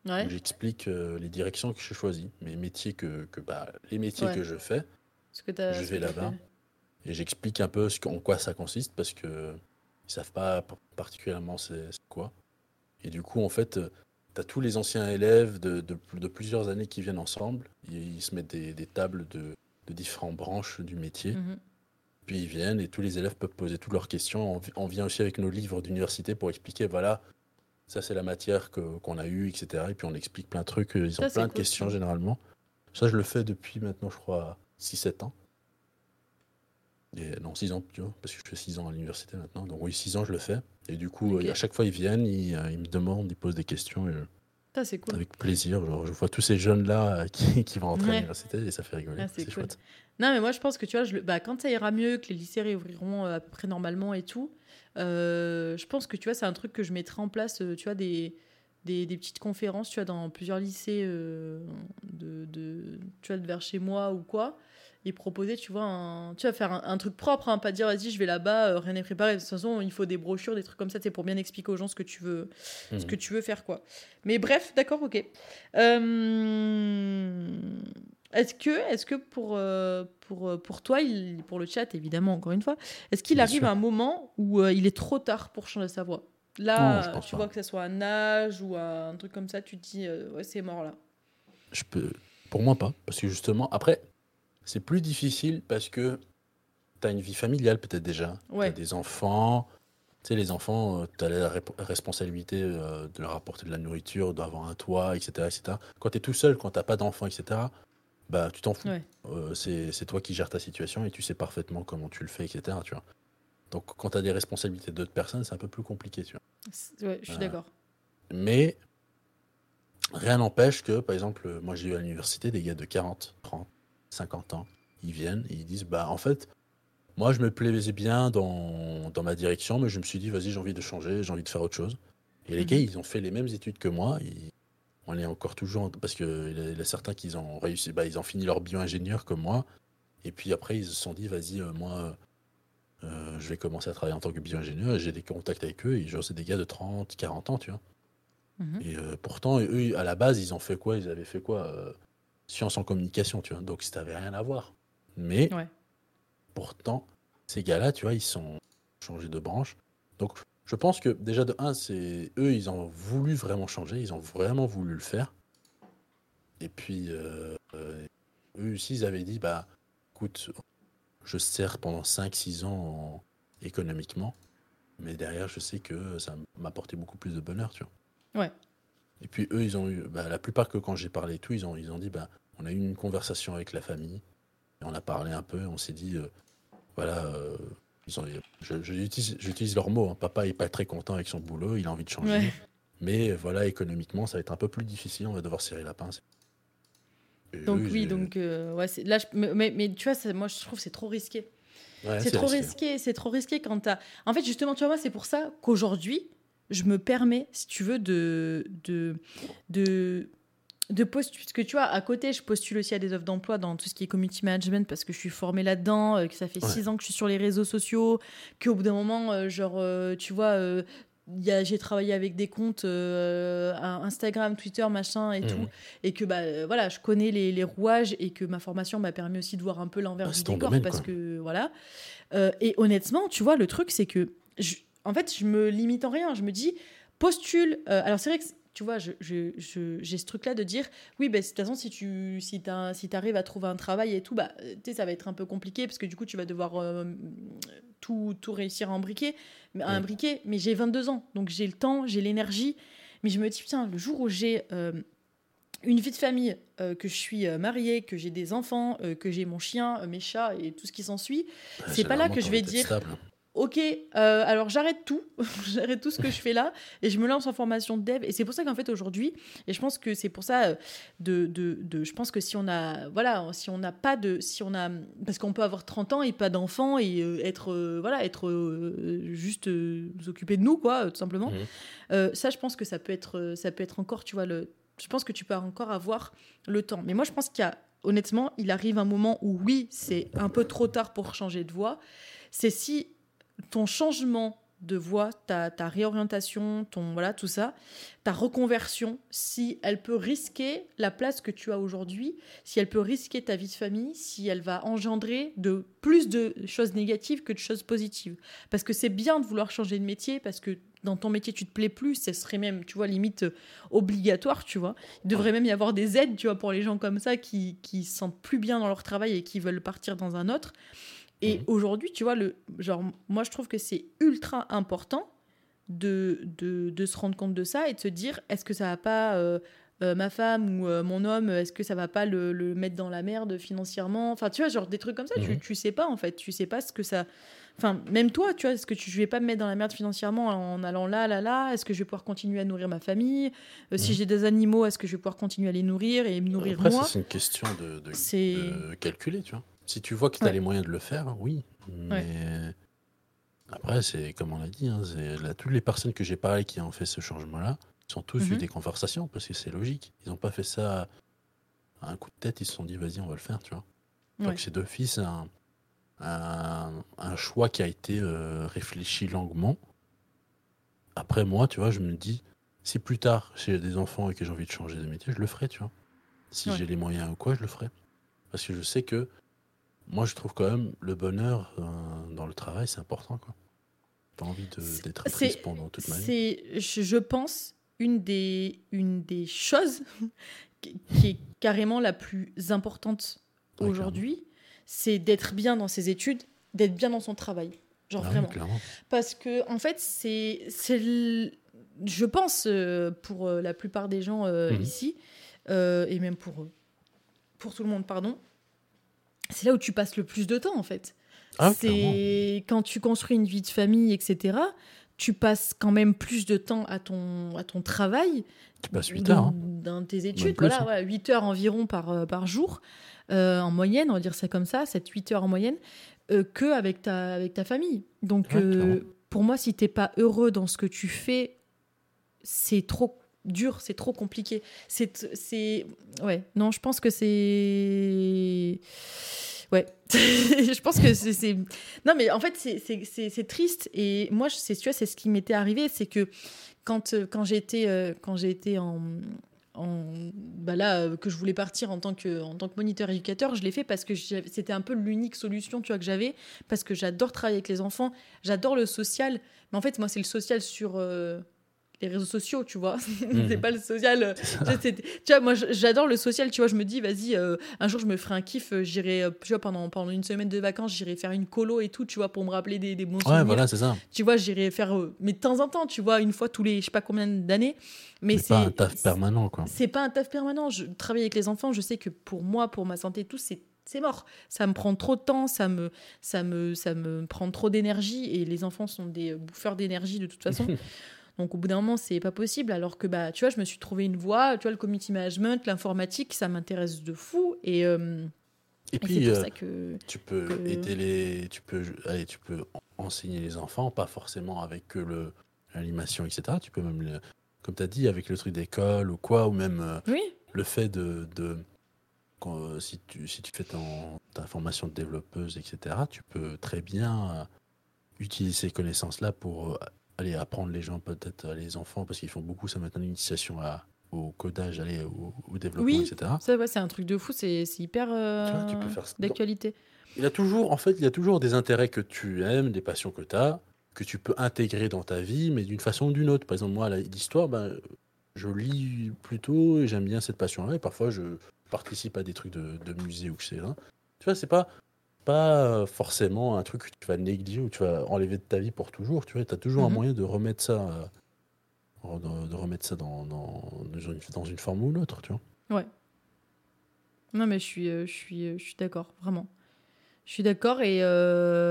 Ouais. où j'explique euh, les directions que je choisis, mes métiers que, que bah, les métiers Ouais. que je fais, Ce que t'as, je ce que vais t'as là-bas fait. et j'explique un peu ce, qu- en quoi ça consiste parce que ils savent pas p- particulièrement c'est c'est quoi. Et du coup, en fait, tu as tous les anciens élèves de, de, de plusieurs années qui viennent ensemble. Ils, ils se mettent des, des tables de, de différentes branches du métier. Mhm. Puis ils viennent et tous les élèves peuvent poser toutes leurs questions. On, vi- on vient aussi avec nos livres d'université pour expliquer, voilà, ça c'est la matière que- qu'on a eue, et cetera. Et puis on explique plein de trucs. Ils ont Ça, c'est plein de cool, questions ça. généralement. Ça, je le fais depuis maintenant, je crois, six sept ans. Et, non, six ans, tu vois, parce que je fais six ans à l'université maintenant. Donc oui, six ans, je le fais. Et du coup, euh, à Ok. chaque fois, ils viennent, ils, euh, ils me demandent, ils posent des questions. Et, euh, Ça, c'est cool. avec plaisir. Genre, je vois tous ces jeunes-là euh, qui, qui vont rentrer à Ouais. l'université et ça fait rigoler. Ah, c'est C'est cool. chouette. Non, mais moi, je pense que tu vois, je le- bah, quand ça ira mieux, que les lycées réouvriront euh, à peu près normalement et tout, euh, je pense que tu vois, c'est un truc que je mettrai en place, euh, tu vois, des, des, des petites conférences, tu vois, dans plusieurs lycées euh, de, de, tu vois, de vers chez moi ou quoi, et proposer, tu vois, un, tu vois, faire un, un truc propre, hein, pas dire, vas-y, je vais là-bas, euh, rien n'est préparé. De toute façon, il faut des brochures, des trucs comme ça, c'est pour bien expliquer aux gens ce que tu veux, ce que Mhm. tu veux faire, quoi. Mais bref, d'accord, ok. Euh, Est-ce que, est-ce que pour, euh, pour, euh, pour toi, il, pour le chat, évidemment, encore une fois, est-ce qu'il Bien arrive sûr. un moment où euh, il est trop tard pour changer sa voix? Non, je Là, pense tu pas. vois que ça soit un âge ou un truc comme ça, tu te dis, euh, ouais, c'est mort là. Je peux... Pour moi, pas. Parce que justement, après, c'est plus difficile parce que tu as une vie familiale peut-être déjà. Tu as Ouais. des enfants. Tu sais, les enfants, tu as la rép- responsabilité euh, de leur apporter de la nourriture, d'avoir un toit, et cetera, et cetera. Quand tu es tout seul, quand tu pas d'enfants, et cetera, bah, tu t'en fous. Ouais. Euh, c'est c'est toi qui gères ta situation et tu sais parfaitement comment tu le fais, et cetera. Tu vois. Donc, quand tu as des responsabilités d'autres personnes, c'est un peu plus compliqué. Tu C'est- ouais, je suis vois. Euh, d'accord. mais rien n'empêche que, par exemple, moi j'ai eu à l'université des gars de quarante, trente, cinquante ans. Ils viennent et ils disent, bah en fait, moi je me plaisais bien dans, dans ma direction, mais je me suis dit, vas-y, j'ai envie de changer, j'ai envie de faire autre chose. Et les gars, Mhm. ils ont fait les mêmes études que moi. Ils- on est encore toujours, en- parce qu'il y, a- il y a certains qui ont réussi, bah, ils ont fini leur bio-ingénieur comme moi. Et puis après, ils se sont dit, vas-y, euh, moi, euh, je vais commencer à travailler en tant que bio-ingénieur. Et j'ai des contacts avec eux. Et genre, c'est des gars de trente, quarante ans, tu vois. Mhm. Et euh, pourtant, eux, à la base, ils ont fait quoi? Ils avaient fait quoi? Euh, sciences en communication, tu vois. Donc, ça n'avait rien à voir. Mais Ouais. pourtant, ces gars-là, tu vois, ils sont changés de branche. Donc, je pense que déjà, de un, c'est eux, ils ont voulu vraiment changer. Ils ont vraiment voulu le faire. Et puis, euh, euh, eux aussi, ils avaient dit, bah, écoute, je sers pendant cinq six ans en- économiquement. Mais derrière, je sais que ça m'apportait beaucoup plus de bonheur, tu vois. Ouais. Et puis eux, ils ont eu, bah, la plupart que quand j'ai parlé et tout, ils ont, ils ont dit, bah, on a eu une conversation avec la famille, et on a parlé un peu, on s'est dit, euh, voilà, euh, ils ont, je, je utilise, j'utilise leurs mots, hein, papa est pas très content avec son boulot, il a envie de Ouais. changer, mais euh, voilà, économiquement, ça va être un peu plus difficile, on va devoir serrer la pince. Et eux, Donc ils, oui, euh, donc euh, ouais, c'est- là, je- mais, mais, mais tu vois, ça- moi, je trouve que c'est trop risqué. ouais, C'est c'est trop risqué. risqué, c'est trop risqué quand t'as... En fait, justement, tu vois, moi, c'est pour ça qu'aujourd'hui, je me permets, si tu veux, de... de, de de postuler, parce que tu vois, à côté, je postule aussi à des offres d'emploi dans tout ce qui est community management parce que je suis formée là-dedans, euh, que ça fait Ouais. six ans que je suis sur les réseaux sociaux, qu'au bout d'un moment, euh, genre, euh, tu vois, euh, il y a- j'ai travaillé avec des comptes euh, à Instagram, Twitter, machin et tout, Mhm. et que bah, euh, voilà, je connais les, les rouages et que ma formation m'a permis aussi de voir un peu l'envers Ah, du c'est ton décor domaine, parce quoi. que voilà. Euh, et honnêtement, tu vois, le truc, c'est que, je- en fait, je me limite en rien. Je me dis, postule. Euh, alors, c'est vrai que, tu vois, je, je- je- j'ai ce truc-là de dire, oui, ben, de toute façon, si tu si t'as- si arrives à trouver un travail et tout, bah, tu sais, ça va être un peu compliqué parce que du coup, tu vas devoir euh, tout, tout réussir à imbriquer. Mais, à Mhm. imbriquer. Mais j'ai vingt-deux ans, donc j'ai le temps, j'ai l'énergie. Mais je me dis, putain, le jour où j'ai euh, une vie de famille, euh, que je suis euh, mariée, que j'ai des enfants, euh, que j'ai mon chien, euh, mes chats et tout ce qui s'ensuit, Ouais, c'est pas là généralement, que t'as je envie vais d'être dire stable. ok, euh, alors j'arrête tout, j'arrête tout ce que je fais là et je me lance en formation de dev. Et c'est pour ça qu'en fait aujourd'hui, et je pense que c'est pour ça euh, de, de, de- je pense que si on a, voilà, si on n'a pas de, si on a, parce qu'on peut avoir trente ans et pas d'enfants et euh, être, euh, voilà, être euh, juste euh, s'occuper de nous quoi, euh, tout simplement. Mhm. Euh, ça, je pense que ça peut être, euh, ça peut être encore, tu vois, le, je pense que tu peux encore avoir le temps. Mais moi, je pense qu'il y a, honnêtement, il arrive un moment où oui, c'est un peu trop tard pour changer de voie. C'est si ton changement de voie, ta, ta réorientation, ton, voilà, tout ça, ta reconversion, si elle peut risquer la place que tu as aujourd'hui, si elle peut risquer ta vie de famille, si elle va engendrer de plus de choses négatives que de choses positives. Parce que c'est bien de vouloir changer de métier, parce que dans ton métier, tu te plais plus, ce serait même, tu vois, limite euh, obligatoire, tu vois. Il devrait même y avoir des aides, tu vois, pour les gens comme ça qui, qui se sentent plus bien dans leur travail et qui veulent partir dans un autre. Et mmh. aujourd'hui, tu vois, le, genre, moi, je trouve que c'est ultra important de, de, de se rendre compte de ça et de se dire, est-ce que ça va pas, euh, euh, ma femme ou euh, mon homme, est-ce que ça va pas le, le mettre dans la merde financièrement ? Enfin, tu vois, genre des trucs comme ça, mmh. tu, tu sais pas, en fait. Tu sais pas ce que ça... Enfin, même toi, tu vois, est-ce que tu, je vais pas me mettre dans la merde financièrement en allant là, là, là ? Est-ce que je vais pouvoir continuer à nourrir ma famille ? euh, mmh. Si j'ai des animaux, est-ce que je vais pouvoir continuer à les nourrir et me nourrir Après, moi ? ça, c'est une question de, de, c'est... de calculer, tu vois. Si tu vois que tu as ouais. les moyens de le faire, oui. Mais ouais. après, c'est comme on l'a dit, hein, c'est, là, toutes les personnes que j'ai parlé qui ont fait ce changement-là sont tous mm-hmm. eu des conversations parce que c'est logique. Ils n'ont pas fait ça à un coup de tête, ils se sont dit vas-y, on va le faire, tu vois. Ouais. Donc c'est d'office un, un, un choix qui a été euh, réfléchi longuement. Après, moi, tu vois, je me dis, si plus tard j'ai des enfants et que j'ai envie de changer de métier, je le ferai, tu vois. Si ouais. j'ai les moyens ou quoi, je le ferai. Parce que je sais que moi, je trouve quand même le bonheur euh, dans le travail, c'est important, quoi. Pas envie de, d'être triste c'est, pendant toute ma vie. C'est, je pense, une des, une des choses qui est carrément la plus importante ouais, aujourd'hui, clairement. C'est d'être bien dans ses études, d'être bien dans son travail. Genre ah, vraiment. Oui, parce que, en fait, c'est, c'est le, je pense, euh, pour la plupart des gens euh, mmh. ici, euh, et même pour, pour tout le monde, pardon, c'est là où tu passes le plus de temps, en fait. Ah, c'est clairement. Quand tu construis une vie de famille, et cetera, tu passes quand même plus de temps à ton, à ton travail. Tu passes huit heures. Hein. Dans tes études, plus, voilà, hein. ouais, huit heures environ par, par jour, euh, en moyenne, on va dire ça comme ça, sept huit heures en moyenne, euh, qu'avec ta, avec ta famille. Donc, ouais, euh, pour moi, si tu n'es pas heureux dans ce que tu fais, c'est trop dur, c'est trop compliqué. C'est, c'est... Ouais, non, je pense que c'est... Ouais, je pense que c'est, c'est... Non, mais en fait, c'est, c'est, c'est, c'est triste. Et moi, c'est, tu vois, c'est ce qui m'était arrivé, c'est que quand, quand j'ai été, euh, quand j'ai été en... en bah là, euh, que je voulais partir en tant que, en tant que moniteur éducateur, je l'ai fait parce que c'était un peu l'unique solution, tu vois, que j'avais, parce que j'adore travailler avec les enfants, j'adore le social. Mais en fait, moi, c'est le social sur... Euh... les réseaux sociaux, tu vois. Mmh. C'est pas le social. Tu vois, moi, j'adore le social, tu vois. Je me dis, vas-y, euh, un jour, je me ferai un kiff. J'irai, tu vois, pendant, pendant une semaine de vacances, j'irai faire une colo et tout, tu vois, pour me rappeler des, des bons souvenirs. Ouais, voilà, c'est ça. Tu vois, j'irai faire, euh, mais de temps en temps, tu vois, une fois tous les, je sais pas combien d'années. Mais, mais c'est pas un taf permanent, quoi. C'est pas un taf permanent. Je travaille avec les enfants, je sais que pour moi, pour ma santé, tout, c'est c'est mort. Ça me prend trop de temps, ça me, ça me, ça me prend trop d'énergie. Et les enfants sont des bouffeurs d'énergie de toute façon. Donc, au bout d'un moment, c'est pas possible. Alors que, bah, tu vois, je me suis trouvé une voie. Tu vois, le community management, l'informatique, ça m'intéresse de fou. Et, euh, et, et puis, c'est pour euh, ça que, tu peux que... aider les... Tu peux, allez, tu peux enseigner les enfants, pas forcément avec que le, l'animation, et cetera. Tu peux même, le, comme tu as dit, avec le truc d'école ou quoi, ou même euh, oui. le fait de... de quand, euh, si, tu, si tu fais ton, ta formation de développeuse, et cetera, tu peux très bien euh, utiliser ces connaissances-là pour... Euh, aller apprendre les gens, peut-être les enfants, parce qu'ils font beaucoup ça maintenant, l'initiation à, au codage, aller au, au développement, oui, et cetera. Ça, ouais, c'est un truc de fou, c'est, c'est hyper euh, tu vois, tu peux faire d'actualité. Il y a toujours, en fait, il y a toujours des intérêts que tu aimes, des passions que tu as, que tu peux intégrer dans ta vie, mais d'une façon ou d'une autre. Par exemple, moi, l'histoire, ben, je lis plutôt, et j'aime bien cette passion-là, et parfois je participe à des trucs de, de musée ou que c'est là. Tu vois, c'est pas... pas forcément un truc que tu vas négliger ou tu vas enlever de ta vie pour toujours, tu vois, tu as toujours mm-hmm. un moyen de remettre ça, euh, de, de remettre ça dans, dans, dans une forme ou l'autre, tu vois. Ouais. Non, mais je suis, euh, je suis, je suis d'accord, vraiment. Je suis d'accord et, euh,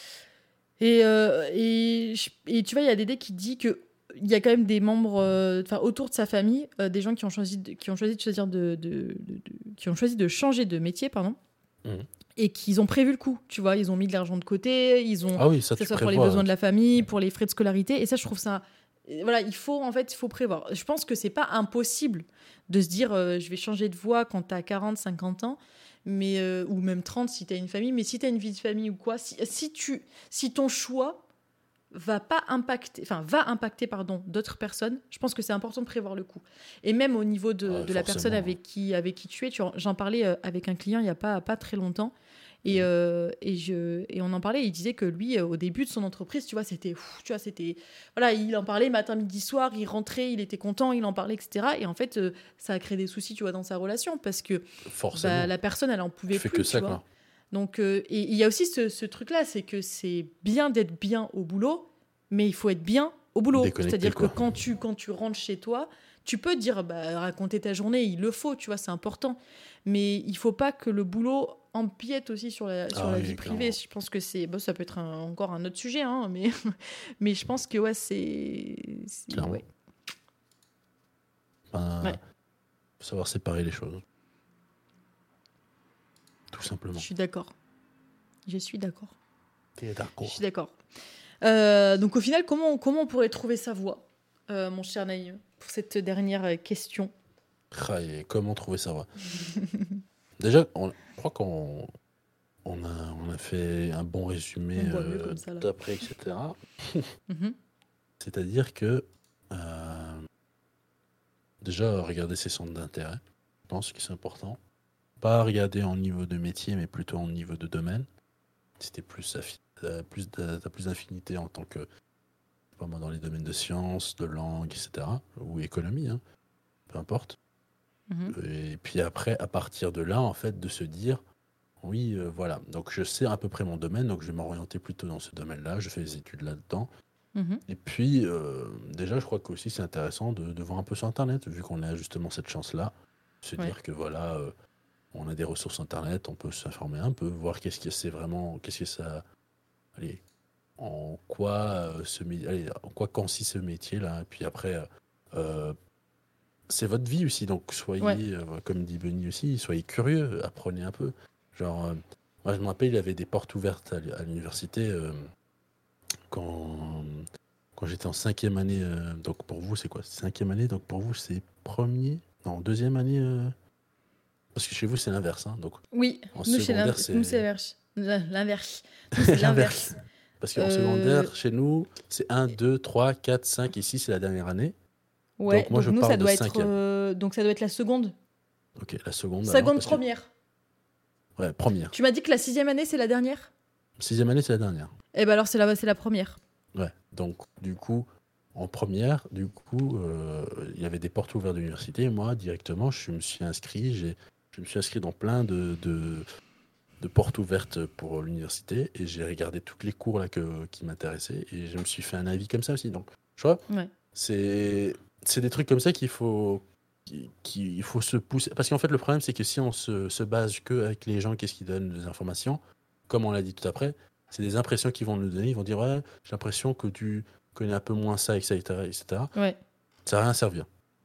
et, euh, et, et tu vois, il y a Dédé qui dit que il y a quand même des membres, enfin euh, autour de sa famille, euh, des gens qui ont choisi de, qui ont choisi de choisir de, de, de, de qui ont choisi de changer de métier, pardon. Mmh. Et qu'ils ont prévu le coup, tu vois, ils ont mis de l'argent de côté, ils ont, ah oui, ça, que ce soit prévois, pour les besoins de la famille, pour les frais de scolarité, et ça, je trouve ça, voilà, il faut en fait, il faut prévoir. Je pense que c'est pas impossible de se dire, euh, je vais changer de voie quand t'as quarante, cinquante ans, mais euh, ou même trente si t'as une famille, mais si t'as une vie de famille ou quoi, si, si tu, si ton choix va pas impacter, enfin va impacter pardon d'autres personnes, je pense que c'est important de prévoir le coup. Et même au niveau de, Ouais, de la personne forcément. avec qui avec qui tu es, tu, j'en parlais euh, avec un client il y a pas pas très longtemps. Et, euh, et, je, et on en parlait, il disait que lui, euh, au début de son entreprise, tu vois, c'était, pff, tu vois, c'était, voilà, il en parlait matin, midi, soir, il rentrait, il était content, il en parlait, et cetera. Et en fait, euh, ça a créé des soucis, tu vois, dans sa relation, parce que bah, Forcément. la personne, elle en Tu pouvait fais plus, que tu ça, vois. quoi. Donc, euh, et il y a aussi ce, ce truc-là, c'est que c'est bien d'être bien au boulot, mais il faut être bien au boulot. Déconnecté, C'est-à-dire quoi. que quand tu, quand tu rentres chez toi, tu peux dire, bah, raconter ta journée, il le faut, tu vois, c'est important. Mais il faut pas que le boulot empiète aussi sur la, sur Ah la oui, vie clairement. privée. Je pense que c'est... Bon, ça peut être un- encore un autre sujet, hein, mais, mais je pense que ouais, c'est... c'est- Clairement. ouais. Enfin, Ouais. faut savoir séparer les choses. Tout simplement. Je suis d'accord. Je suis d'accord. T'es Je d'accord. suis d'accord. Euh, donc au final, comment, comment on pourrait trouver sa voie, euh, mon cher Naïm, pour cette dernière question? Ah, et comment trouver sa voie? Déjà, on, je crois qu'on on a, on a fait un bon résumé On boit mieux euh, comme ça, là. d'après, et cetera. Mhm. C'est-à-dire que euh, déjà, regarder ses centres d'intérêt, je pense que c'est important. Pas regarder en niveau de métier, mais plutôt en niveau de domaine. Si t'es plus, affi- euh, plus de- t'as plus d'affinité en tant que, je sais pas moi, dans les domaines de sciences, de langue, et cetera, ou économie, hein, peu importe. Mhm. Et puis après, à partir de là, en fait, de se dire, oui, euh, voilà, donc je sais à peu près mon domaine, donc je vais m'orienter plutôt dans ce domaine-là, je fais des études là-dedans. Mhm. Et puis, euh, déjà, je crois qu'aussi c'est intéressant de, de voir un peu sur Internet, vu qu'on a justement cette chance-là, se Ouais. dire que voilà, euh, on a des ressources Internet, on peut s'informer un peu, voir qu'est-ce que c'est vraiment, qu'est-ce que ça, allez, en quoi, euh, ce, mé- allez, en quoi consiste ce métier-là. Et puis après, euh, euh, c'est votre vie aussi, donc Ouais. soyez, euh, comme dit Benny aussi, soyez curieux, apprenez un peu. Genre, euh, moi je me rappelle, il y avait des portes ouvertes à, l- à l'université euh, quand, quand j'étais en cinquième année. euh, donc pour vous, c'est quoi? Cinquième année, donc pour vous, c'est premier? Non, deuxième année. euh, parce que chez vous, c'est l'inverse. Hein, donc Oui, en nous, c'est l'in- secondaire, nous, c'est c'est l'inverse. L'inverse. Nous, c'est l'inverse. l'inverse. Parce qu'en Euh, secondaire, chez nous, c'est un, deux, trois, quatre, cinq. Ici, c'est la dernière année. Ouais, Donc moi, donc je nous, ça parle de doit être, cinquième. euh, donc ça doit être la seconde. Ok, la seconde alors, Seconde parce que... première. Ouais, première. Tu m'as dit que la sixième année, c'est la dernière? Sixième année, c'est la dernière. Eh ben alors, c'est la, c'est la première. Ouais, donc du coup, en première, du coup, euh, il y avait des portes ouvertes de l'université. Et moi, directement, je me suis inscrit. J'ai, je me suis inscrit dans plein de, de, de portes ouvertes pour l'université et j'ai regardé tous les cours là que, qui m'intéressaient et je me suis fait un avis comme ça aussi. Donc, tu vois, Ouais. c'est, c'est des trucs comme ça qu'il faut, qui, qui- il faut se pousser. Parce qu'en fait, le problème, c'est que si on se, se base que avec les gens, qu'est-ce qu'ils donnent des informations, comme on l'a dit tout après, c'est des impressions qu'ils vont nous donner. Ils vont dire, ouais, j'ai l'impression que tu connais un peu moins ça, et cetera, et cetera. Ouais. Ça va rien servir.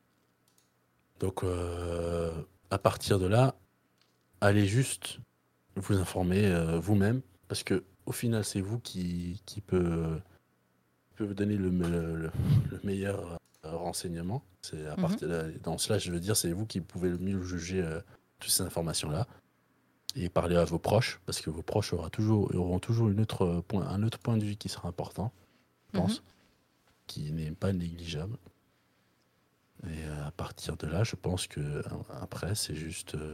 Donc, euh, à partir de là, allez juste vous informer euh, vous-même, parce que au final, c'est vous qui, qui peut, peut vous donner le, me- le, le- le meilleur euh, renseignement. C'est à Mhm. partir de- dans cela, je veux dire, c'est vous qui pouvez le mieux juger euh, toutes ces informations-là et parler à vos proches, parce que vos proches aura toujours, auront toujours une autre euh, point, un autre point de vue qui sera important, je Mhm. pense, qui n'est pas négligeable. Et euh, à partir de là, je pense que euh, après, c'est juste euh,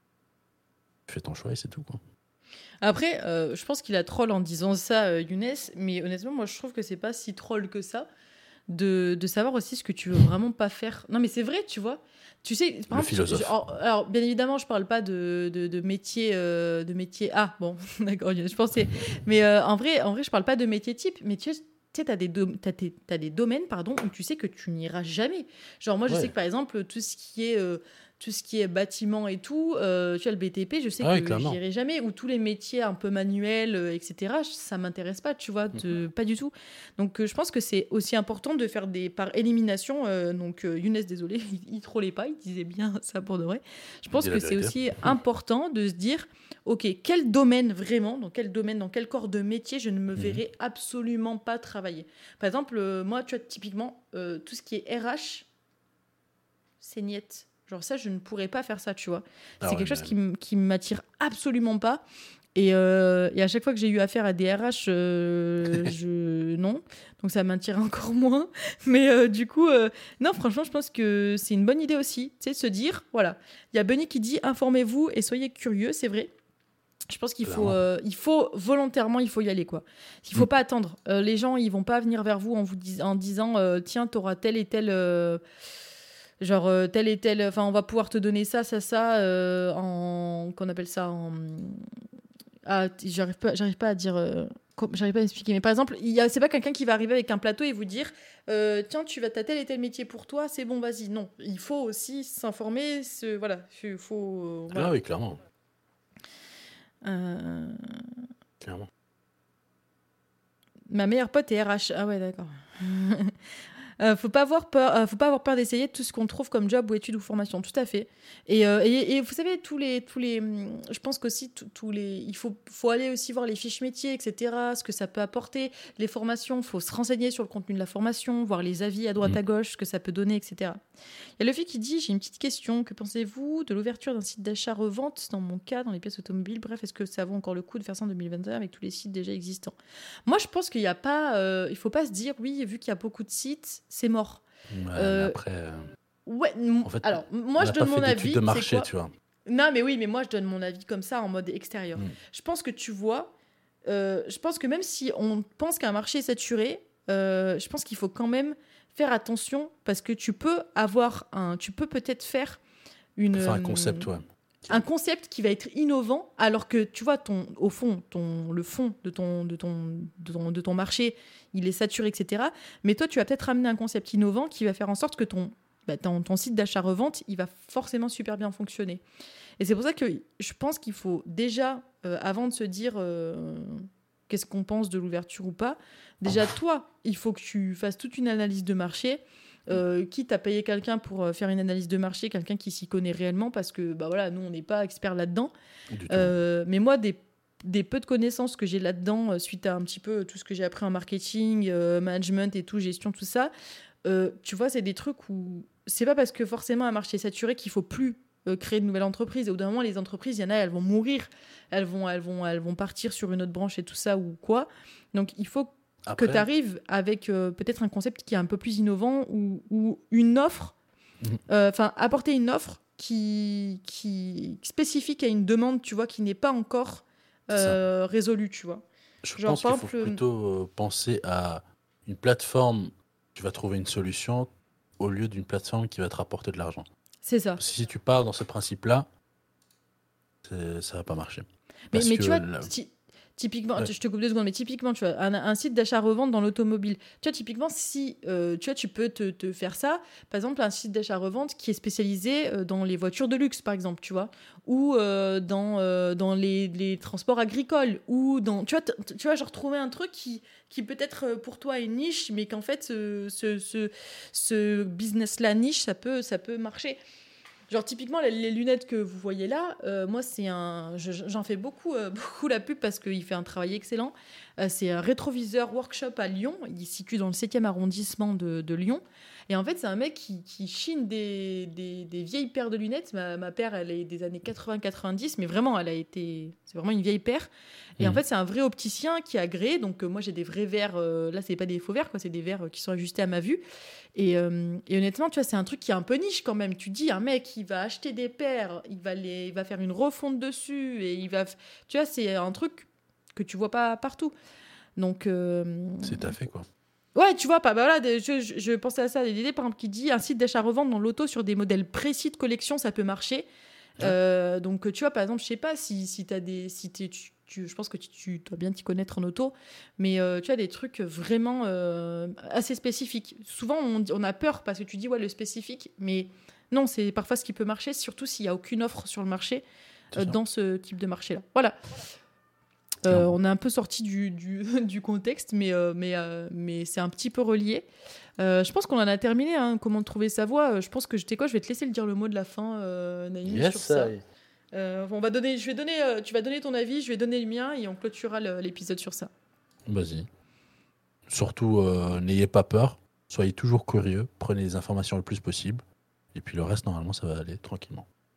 fais ton choix et c'est tout, quoi. Après, euh, je pense qu'il a troll en disant ça, euh, Younes, mais honnêtement, moi, je trouve que c'est pas si troll que ça de, de savoir aussi ce que tu veux vraiment pas faire. Non, mais c'est vrai, tu vois. Tu sais, par Le exemple, tu- philosophe. je- alors, alors, bien évidemment, je parle pas de, de, de métier, euh, de métier. Ah, bon, d'accord, je pensais. Mais euh, en vrai, en vrai, je parle pas de métier type, mais tu sais, tu sais, t'as des, dom- t'as tes- t'as des domaines pardon, où tu sais que tu n'iras jamais. Genre, moi, je sais Ouais. que par exemple, tout ce qui est, euh, tout ce qui est bâtiment et tout, euh, tu vois, le B T P, je sais Ah ouais, que clairement. j'irai jamais. Ou tous les métiers un peu manuels, euh, et cetera, ça m'intéresse pas, tu vois, de- pas du tout. Donc, euh, je pense que c'est aussi important de faire des par élimination. euh, donc, euh, Younes, désolé, il, il trollait pas, il disait bien ça pour de vrai. Je pense Dis la que c'est vérité. aussi important de se dire, ok, quel domaine vraiment, dans quel domaine, dans quel corps de métier, je ne me Mhm. verrai absolument pas travailler. Par exemple, euh, moi, tu vois, typiquement, euh, tout ce qui est R H, c'est niette. Genre ça, je ne pourrais pas faire ça, tu vois. Ah c'est ouais, quelque chose mais- qui, m- qui m'attire absolument pas. Et, euh, et à chaque fois que j'ai eu affaire à des R H, euh, je... non. Donc ça m'attire encore moins. Mais euh, du coup, euh, non, franchement, je pense que c'est une bonne idée aussi. Tu sais, de se dire, voilà, il y a Bunny qui dit informez-vous et soyez curieux, c'est vrai. Je pense qu'il faut, euh, il faut volontairement, il faut y aller, quoi. Il faut mmh. pas attendre. Euh, les gens, ils vont pas venir vers vous en vous dis- en disant euh, tiens, t'auras tel et tel. Euh, genre euh, tel et tel. Enfin, on va pouvoir te donner ça, ça, ça. Euh, en. Qu'on appelle ça en. Ah, j'arrive pas, j'arrive pas à dire. Euh, j'arrive pas à expliquer. Mais par exemple, il y a, c'est pas quelqu'un qui va arriver avec un plateau et vous dire euh, tiens, tu vas, t'as tel et tel métier pour toi, c'est bon, vas-y. Non, il faut aussi s'informer. Se, voilà, il faut. Euh, voilà. Ah oui, clairement. Euh... Clairement. Ma meilleure pote est R H. Ah ouais, d'accord. Euh, faut pas avoir peur, euh, faut pas avoir peur d'essayer tout ce qu'on trouve comme job ou études ou formation, tout à fait. Et, euh, et, et vous savez tous les tous les, je pense qu'aussi tous les, il faut faut aller aussi voir les fiches métiers, et cetera. Ce que ça peut apporter, les formations, faut se renseigner sur le contenu de la formation, voir les avis à droite mmh. à gauche, ce que ça peut donner, et cetera. Il y a le fait qui dit j'ai une petite question, que pensez-vous de l'ouverture d'un site d'achat-revente dans mon cas dans les pièces automobiles? Bref, est-ce que ça vaut encore le coup de faire ça en deux mille vingt et un avec tous les sites déjà existants? Moi, je pense qu'il y a pas, euh, il faut pas se dire oui, vu qu'il y a beaucoup de sites, c'est mort. Ouais, euh, après. Euh... Ouais. En fait, alors moi, je donne mon avis. De marché, tu vois. Non, mais oui, mais moi, je donne mon avis comme ça en mode extérieur. Mm. Je pense que tu vois, euh, je pense que même si on pense qu'un marché est saturé, euh, je pense qu'il faut quand même faire attention parce que tu peux avoir un, tu peux peut-être faire une. Faire un concept, ouais. Un concept qui va être innovant, alors que tu vois, ton, au fond, ton, le fond de ton, de, ton, de, ton, de ton marché, il est saturé, et cetera. Mais toi, tu vas peut-être amener un concept innovant qui va faire en sorte que ton, bah, ton, ton site d'achat-revente, il va forcément super bien fonctionner. Et c'est pour ça que je pense qu'il faut déjà, euh, avant de se dire euh, qu'est-ce qu'on pense de l'ouverture ou pas, déjà, toi, il faut que tu fasses toute une analyse de marché. Euh, quitte à payer quelqu'un pour euh, faire une analyse de marché, quelqu'un qui s'y connaît réellement, parce que bah voilà, nous on n'est pas experts là-dedans. Euh, mais moi, des, des peu de connaissances que j'ai là-dedans, euh, suite à un petit peu tout ce que j'ai appris en marketing, euh, management et tout, gestion, tout ça, euh, tu vois, c'est des trucs où c'est pas parce que forcément un marché est saturé qu'il faut plus euh, créer de nouvelles entreprises. Et au bout d'un moment, les entreprises, il y en a, elles vont mourir, elles vont, elles vont, elles vont partir sur une autre branche et tout ça ou quoi. Donc il faut Après... que tu arrives avec euh, peut-être un concept qui est un peu plus innovant ou, ou une offre, enfin mmh. euh, apporter une offre qui, qui spécifique à une demande, tu vois, qui n'est pas encore euh, résolue, tu vois. Je Genre, pense qu'il exemple, faut plutôt euh, penser à une plateforme qui va trouver une solution au lieu d'une plateforme qui va te rapporter de l'argent. C'est ça. Parce que si tu pars dans ce principe-là, c'est, ça va pas marcher. Mais, mais tu vois, la... ti- typiquement, ouais. je te coupe deux secondes, mais typiquement, tu vois, un, un site d'achat-revente dans l'automobile. Tu vois, typiquement, si euh, tu vois, tu peux te, te faire ça, par exemple, un site d'achat-revente qui est spécialisé euh, dans les voitures de luxe, par exemple, tu vois, ou euh, dans, euh, dans les, les transports agricoles, ou dans, tu vois, t- tu vois, genre trouver un truc qui, qui peut-être pour toi est niche, mais qu'en fait, ce, ce, ce, ce business-là niche, ça peut, ça peut marcher. Genre typiquement les, les lunettes que vous voyez là, euh, moi c'est un, je, j'en fais beaucoup, euh, beaucoup la pub parce qu'il fait un travail excellent. Euh, c'est un rétroviseur workshop à Lyon, il est situé dans le septième arrondissement de, de Lyon. Et en fait c'est un mec qui, qui chine des, des, des vieilles paires de lunettes. Ma, ma paire elle est des années quatre-vingts quatre-vingt-dix, mais vraiment elle a été, c'est vraiment une vieille paire. Et mmh. en fait c'est un vrai opticien qui a agréé. Donc euh, moi j'ai des vrais verres, euh, là c'est pas des faux verres quoi, c'est des verres qui sont ajustés à ma vue. Et, euh, et honnêtement, tu vois, c'est un truc qui est un peu niche quand même. Tu dis, un mec, il va acheter des paires, il va, les, il va faire une refonte dessus, et il va... Tu vois, c'est un truc que tu vois pas partout. Donc... Euh... C'est ta fait, quoi. Ouais, tu vois, pas, bah voilà, je, je, je pensais à ça, des idées, par exemple, qui dit, un site d'achat-revente dans l'auto sur des modèles précis de collection, ça peut marcher. Ouais. Euh, donc, tu vois, par exemple, je sais pas si, si t'as des... Si t'es, tu, Tu, je pense que tu, tu dois bien t'y connaître en auto, mais euh, tu as des trucs vraiment euh, assez spécifiques. Souvent, on, on a peur parce que tu dis, ouais, le spécifique, mais non, c'est parfois ce qui peut marcher, surtout s'il n'y a aucune offre sur le marché euh, dans ce type de marché-là. Voilà. Euh, on est un peu sorti du, du, du contexte, mais, euh, mais, euh, mais c'est un petit peu relié. Euh, je pense qu'on en a terminé, hein, comment trouver sa voie. Je pense que je, quoi, je vais te laisser le dire le mot de la fin, euh, Naïm, yes, sur ça. I... Euh, on va donner, je vais donner, euh, tu vas donner ton avis, je vais donner le mien et on clôturera le, l'épisode sur ça. Vas-y. Surtout, euh, n'ayez pas peur, soyez toujours curieux, prenez les informations le plus possible et puis le reste, normalement, ça va aller tranquillement.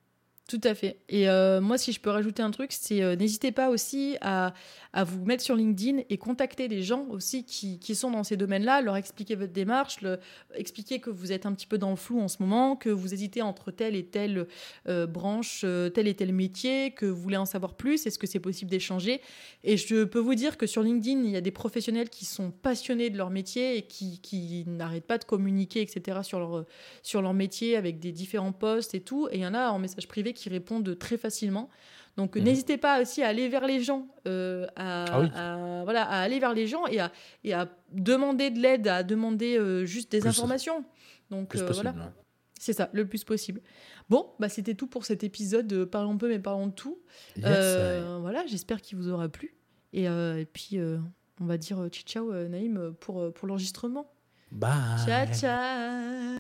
Tout à fait. Et euh, moi, si je peux rajouter un truc, c'est euh, n'hésitez pas aussi à, à vous mettre sur LinkedIn et contacter des gens aussi qui, qui sont dans ces domaines-là, leur expliquer votre démarche, le, expliquer que vous êtes un petit peu dans le flou en ce moment, que vous hésitez entre telle et telle euh, branche, euh, tel et tel métier, que vous voulez en savoir plus, est-ce que c'est possible d'échanger. Et je peux vous dire que sur LinkedIn, il y a des professionnels qui sont passionnés de leur métier et qui, qui n'arrêtent pas de communiquer, et cetera, sur leur, sur leur métier avec des différents posts et tout. Et il y en a en message privé qui répondent très facilement. Donc, Mhm. n'hésitez pas aussi à aller vers les gens, euh, à, Ah oui. à- voilà, à aller vers les gens et à, et à demander de l'aide, à demander euh, juste des Plus- informations. Donc, Plus euh, possible. voilà, Ouais. c'est ça, le plus possible. Bon, bah, c'était tout pour cet épisode. de Parlons peu, mais parlons de tout. Yes, Euh, voilà, j'espère qu'il vous aura plu. Et, euh, et puis, euh, on va dire euh, ciao, ciao, euh, Naïm, pour, euh, pour l'enregistrement. Bye. Ciao, ciao.